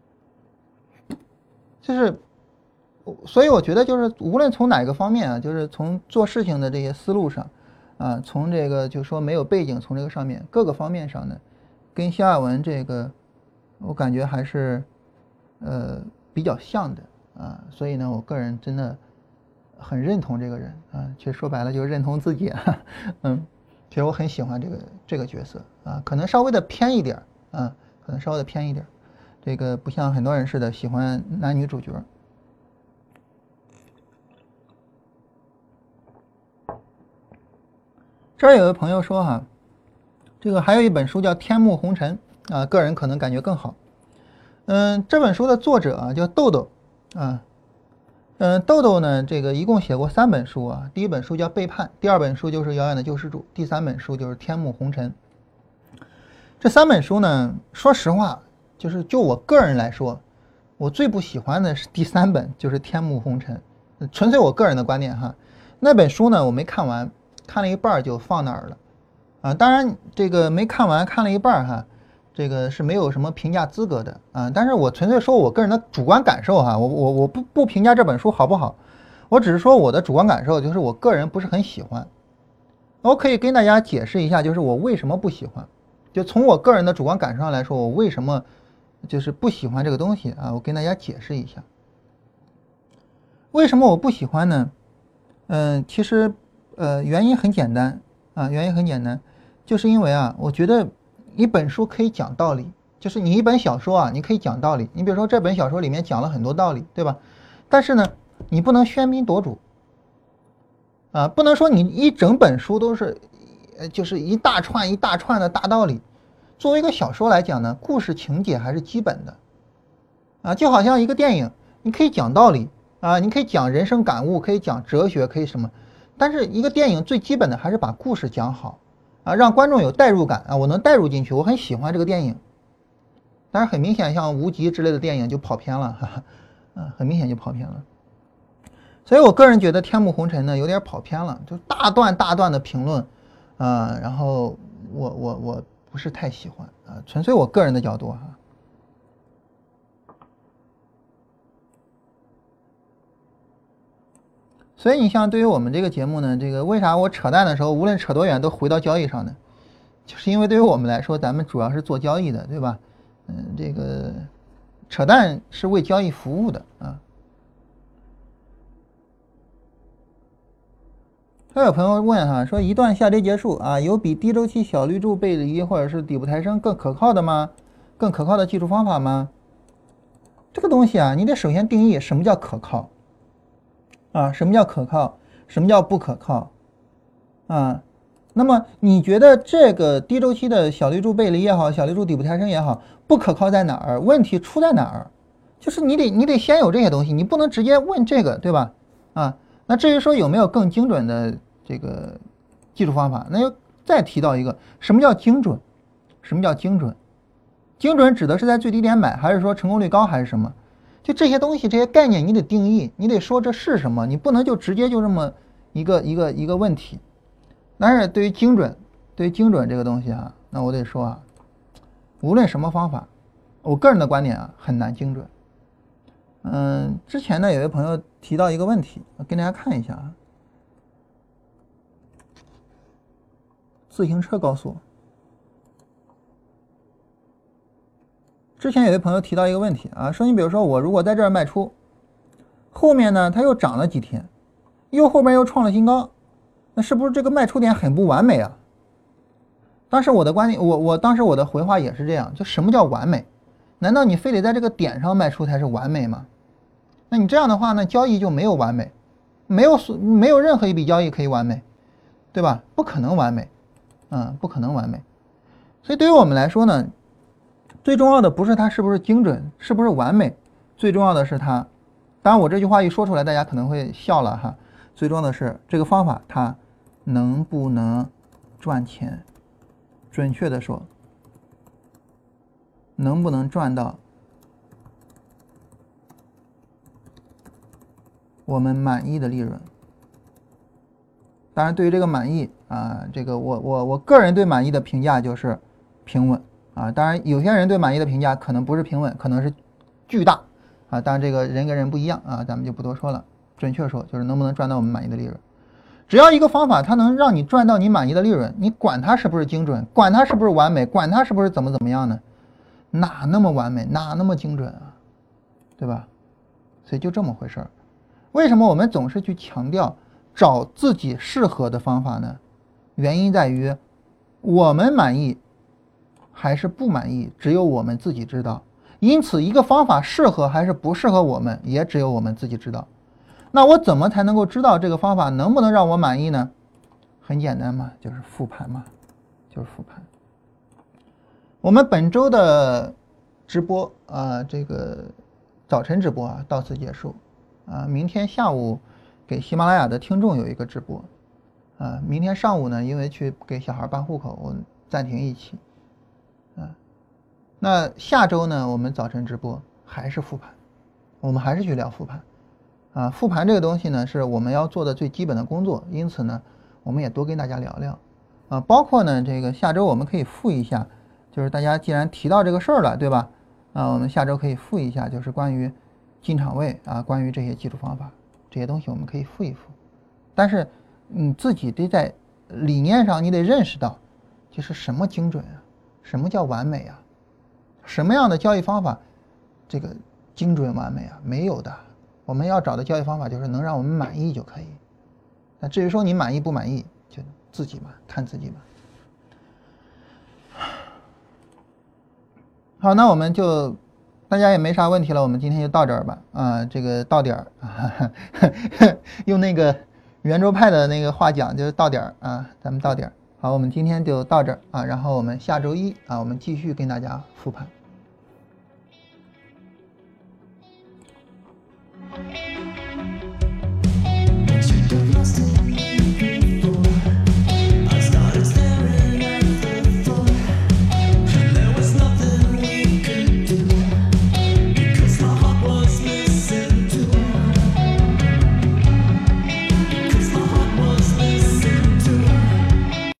就是所以我觉得就是无论从哪个方面啊，就是从做事情的这些思路上啊，从这个就说没有背景，从这个上面各个方面上呢，跟肖亚文这个我感觉还是呃比较像的啊，所以呢我个人真的很认同这个人啊，其实说白了就是认同自己啊，嗯，其实我很喜欢这个这个角色啊，可能稍微的偏一点啊，可能稍微的偏一点，这个不像很多人似的喜欢男女主角。这儿有个朋友说哈，这个还有一本书叫《天幕红尘》啊，个人可能感觉更好。嗯，这本书的作者啊叫豆豆啊，嗯，豆豆呢这个一共写过三本书啊，第一本书叫《背叛》，第二本书就是《遥远的救世主》，第三本书就是《天幕红尘》。这三本书呢，说实话，就是就我个人来说，我最不喜欢的是第三本，就是《天幕红尘》，纯粹我个人的观点哈。那本书呢，我没看完。看了一半就放那儿了，啊，当然这个没看完，看了一半哈，这个是没有什么评价资格的啊。但是我纯粹说我个人的主观感受哈，我我我不不评价这本书好不好，我只是说我的主观感受，就是我个人不是很喜欢。我可以跟大家解释一下，就是我为什么不喜欢，就从我个人的主观感受上来说，我为什么就是不喜欢这个东西啊？我跟大家解释一下，为什么我不喜欢呢？嗯，其实。呃，原因很简单啊，原因很简单，就是因为啊，我觉得一本书可以讲道理，就是你一本小说啊，你可以讲道理。你比如说这本小说里面讲了很多道理，对吧？但是呢，你不能喧宾夺主啊，不能说你一整本书都是，呃，就是一大串一大串的大道理。作为一个小说来讲呢，故事情节还是基本的啊，就好像一个电影，你可以讲道理啊，你可以讲人生感悟，可以讲哲学，可以什么。但是一个电影最基本的还是把故事讲好啊，让观众有代入感啊，我能代入进去，我很喜欢这个电影。当然很明显像无极之类的电影就跑偏了，哈哈，啊，很明显就跑偏了。所以我个人觉得天幕红尘呢有点跑偏了，就大段大段的评论啊，然后我我我不是太喜欢啊，纯粹我个人的角度哈。所以你像对于我们这个节目呢，这个为啥我扯淡的时候无论扯多远都回到交易上呢？就是因为对于我们来说，咱们主要是做交易的，对吧？嗯，这个扯淡是为交易服务的啊。还有朋友问哈，说一段下跌结束啊，有比低周期小绿柱背离或者是底部抬升更可靠的吗？ 更可靠的技术方法吗？这个东西啊，你得首先定义什么叫可靠啊，什么叫可靠，什么叫不可靠啊？那么你觉得这个低周期的小绿柱背离也好，小绿柱底部抬升也好，不可靠在哪儿？问题出在哪儿？就是你得你得先有这些东西，你不能直接问这个，对吧？啊，那至于说有没有更精准的这个技术方法，那就再提到一个，什么叫精准？什么叫精准？精准指的是在最低点买，还是说成功率高，还是什么？就这些东西，这些概念你得定义，你得说这是什么，你不能就直接就这么一个一个一个问题。但是对于精准，对于精准这个东西啊，那我得说啊，无论什么方法，我个人的观点啊，很难精准。嗯，之前呢有位朋友提到一个问题，我给大家看一下啊，自行车高速。之前有位朋友提到一个问题啊，说你比如说我如果在这儿卖出，后面呢它又涨了几天，又后面又创了新高，那是不是这个卖出点很不完美啊？当时我的观点，我我当时我的回话也是这样，就什么叫完美？难道你非得在这个点上卖出才是完美吗？那你这样的话呢，交易就没有完美，没有没有任何一笔交易可以完美，对吧？不可能完美，嗯，不可能完美。所以对于我们来说呢，最重要的不是它是不是精准，是不是完美，最重要的是它，当然我这句话一说出来大家可能会笑了哈，最重要的是这个方法它能不能赚钱，准确的说能不能赚到我们满意的利润。当然对于这个满意啊，这个我我我个人对满意的评价就是平稳啊，当然有些人对满意的评价可能不是平稳，可能是巨大啊，当然这个人跟人不一样啊，咱们就不多说了。准确说就是能不能赚到我们满意的利润。只要一个方法它能让你赚到你满意的利润，你管它是不是精准，管它是不是完美，管它是不是怎么怎么样呢，哪那么完美，哪那么精准啊，对吧？所以就这么回事儿。为什么我们总是去强调找自己适合的方法呢？原因在于我们满意还是不满意，只有我们自己知道。因此一个方法适合还是不适合我们，也只有我们自己知道。那我怎么才能够知道这个方法能不能让我满意呢？很简单嘛，就是复盘嘛，就是复盘。我们本周的直播啊、呃，这个早晨直播啊到此结束啊，明天下午给喜马拉雅的听众有一个直播啊，明天上午呢，因为去给小孩办户口，我暂停一期啊。那下周呢，我们早晨直播还是复盘，我们还是去聊复盘。啊，复盘这个东西呢，是我们要做的最基本的工作，因此呢，我们也多跟大家聊聊，啊，包括呢，这个下周我们可以复一下，就是大家既然提到这个事儿了，对吧？啊，我们下周可以复一下，就是关于进场位啊，关于这些技术方法，这些东西我们可以复一复。但是你自己得在理念上，你得认识到，就是什么精准啊，什么叫完美啊，什么样的交易方法，这个精准完美啊，没有的。我们要找的交易方法就是能让我们满意就可以。那至于说你满意不满意，就自己嘛，看自己嘛。好，那我们就大家也没啥问题了，我们今天就到这儿吧。啊，这个到点儿啊，用那个圆桌派的那个话讲，就是到点儿啊，咱们到点儿。好，我们今天就到这儿啊，然后我们下周一啊，我们继续跟大家复盘。 Thank you.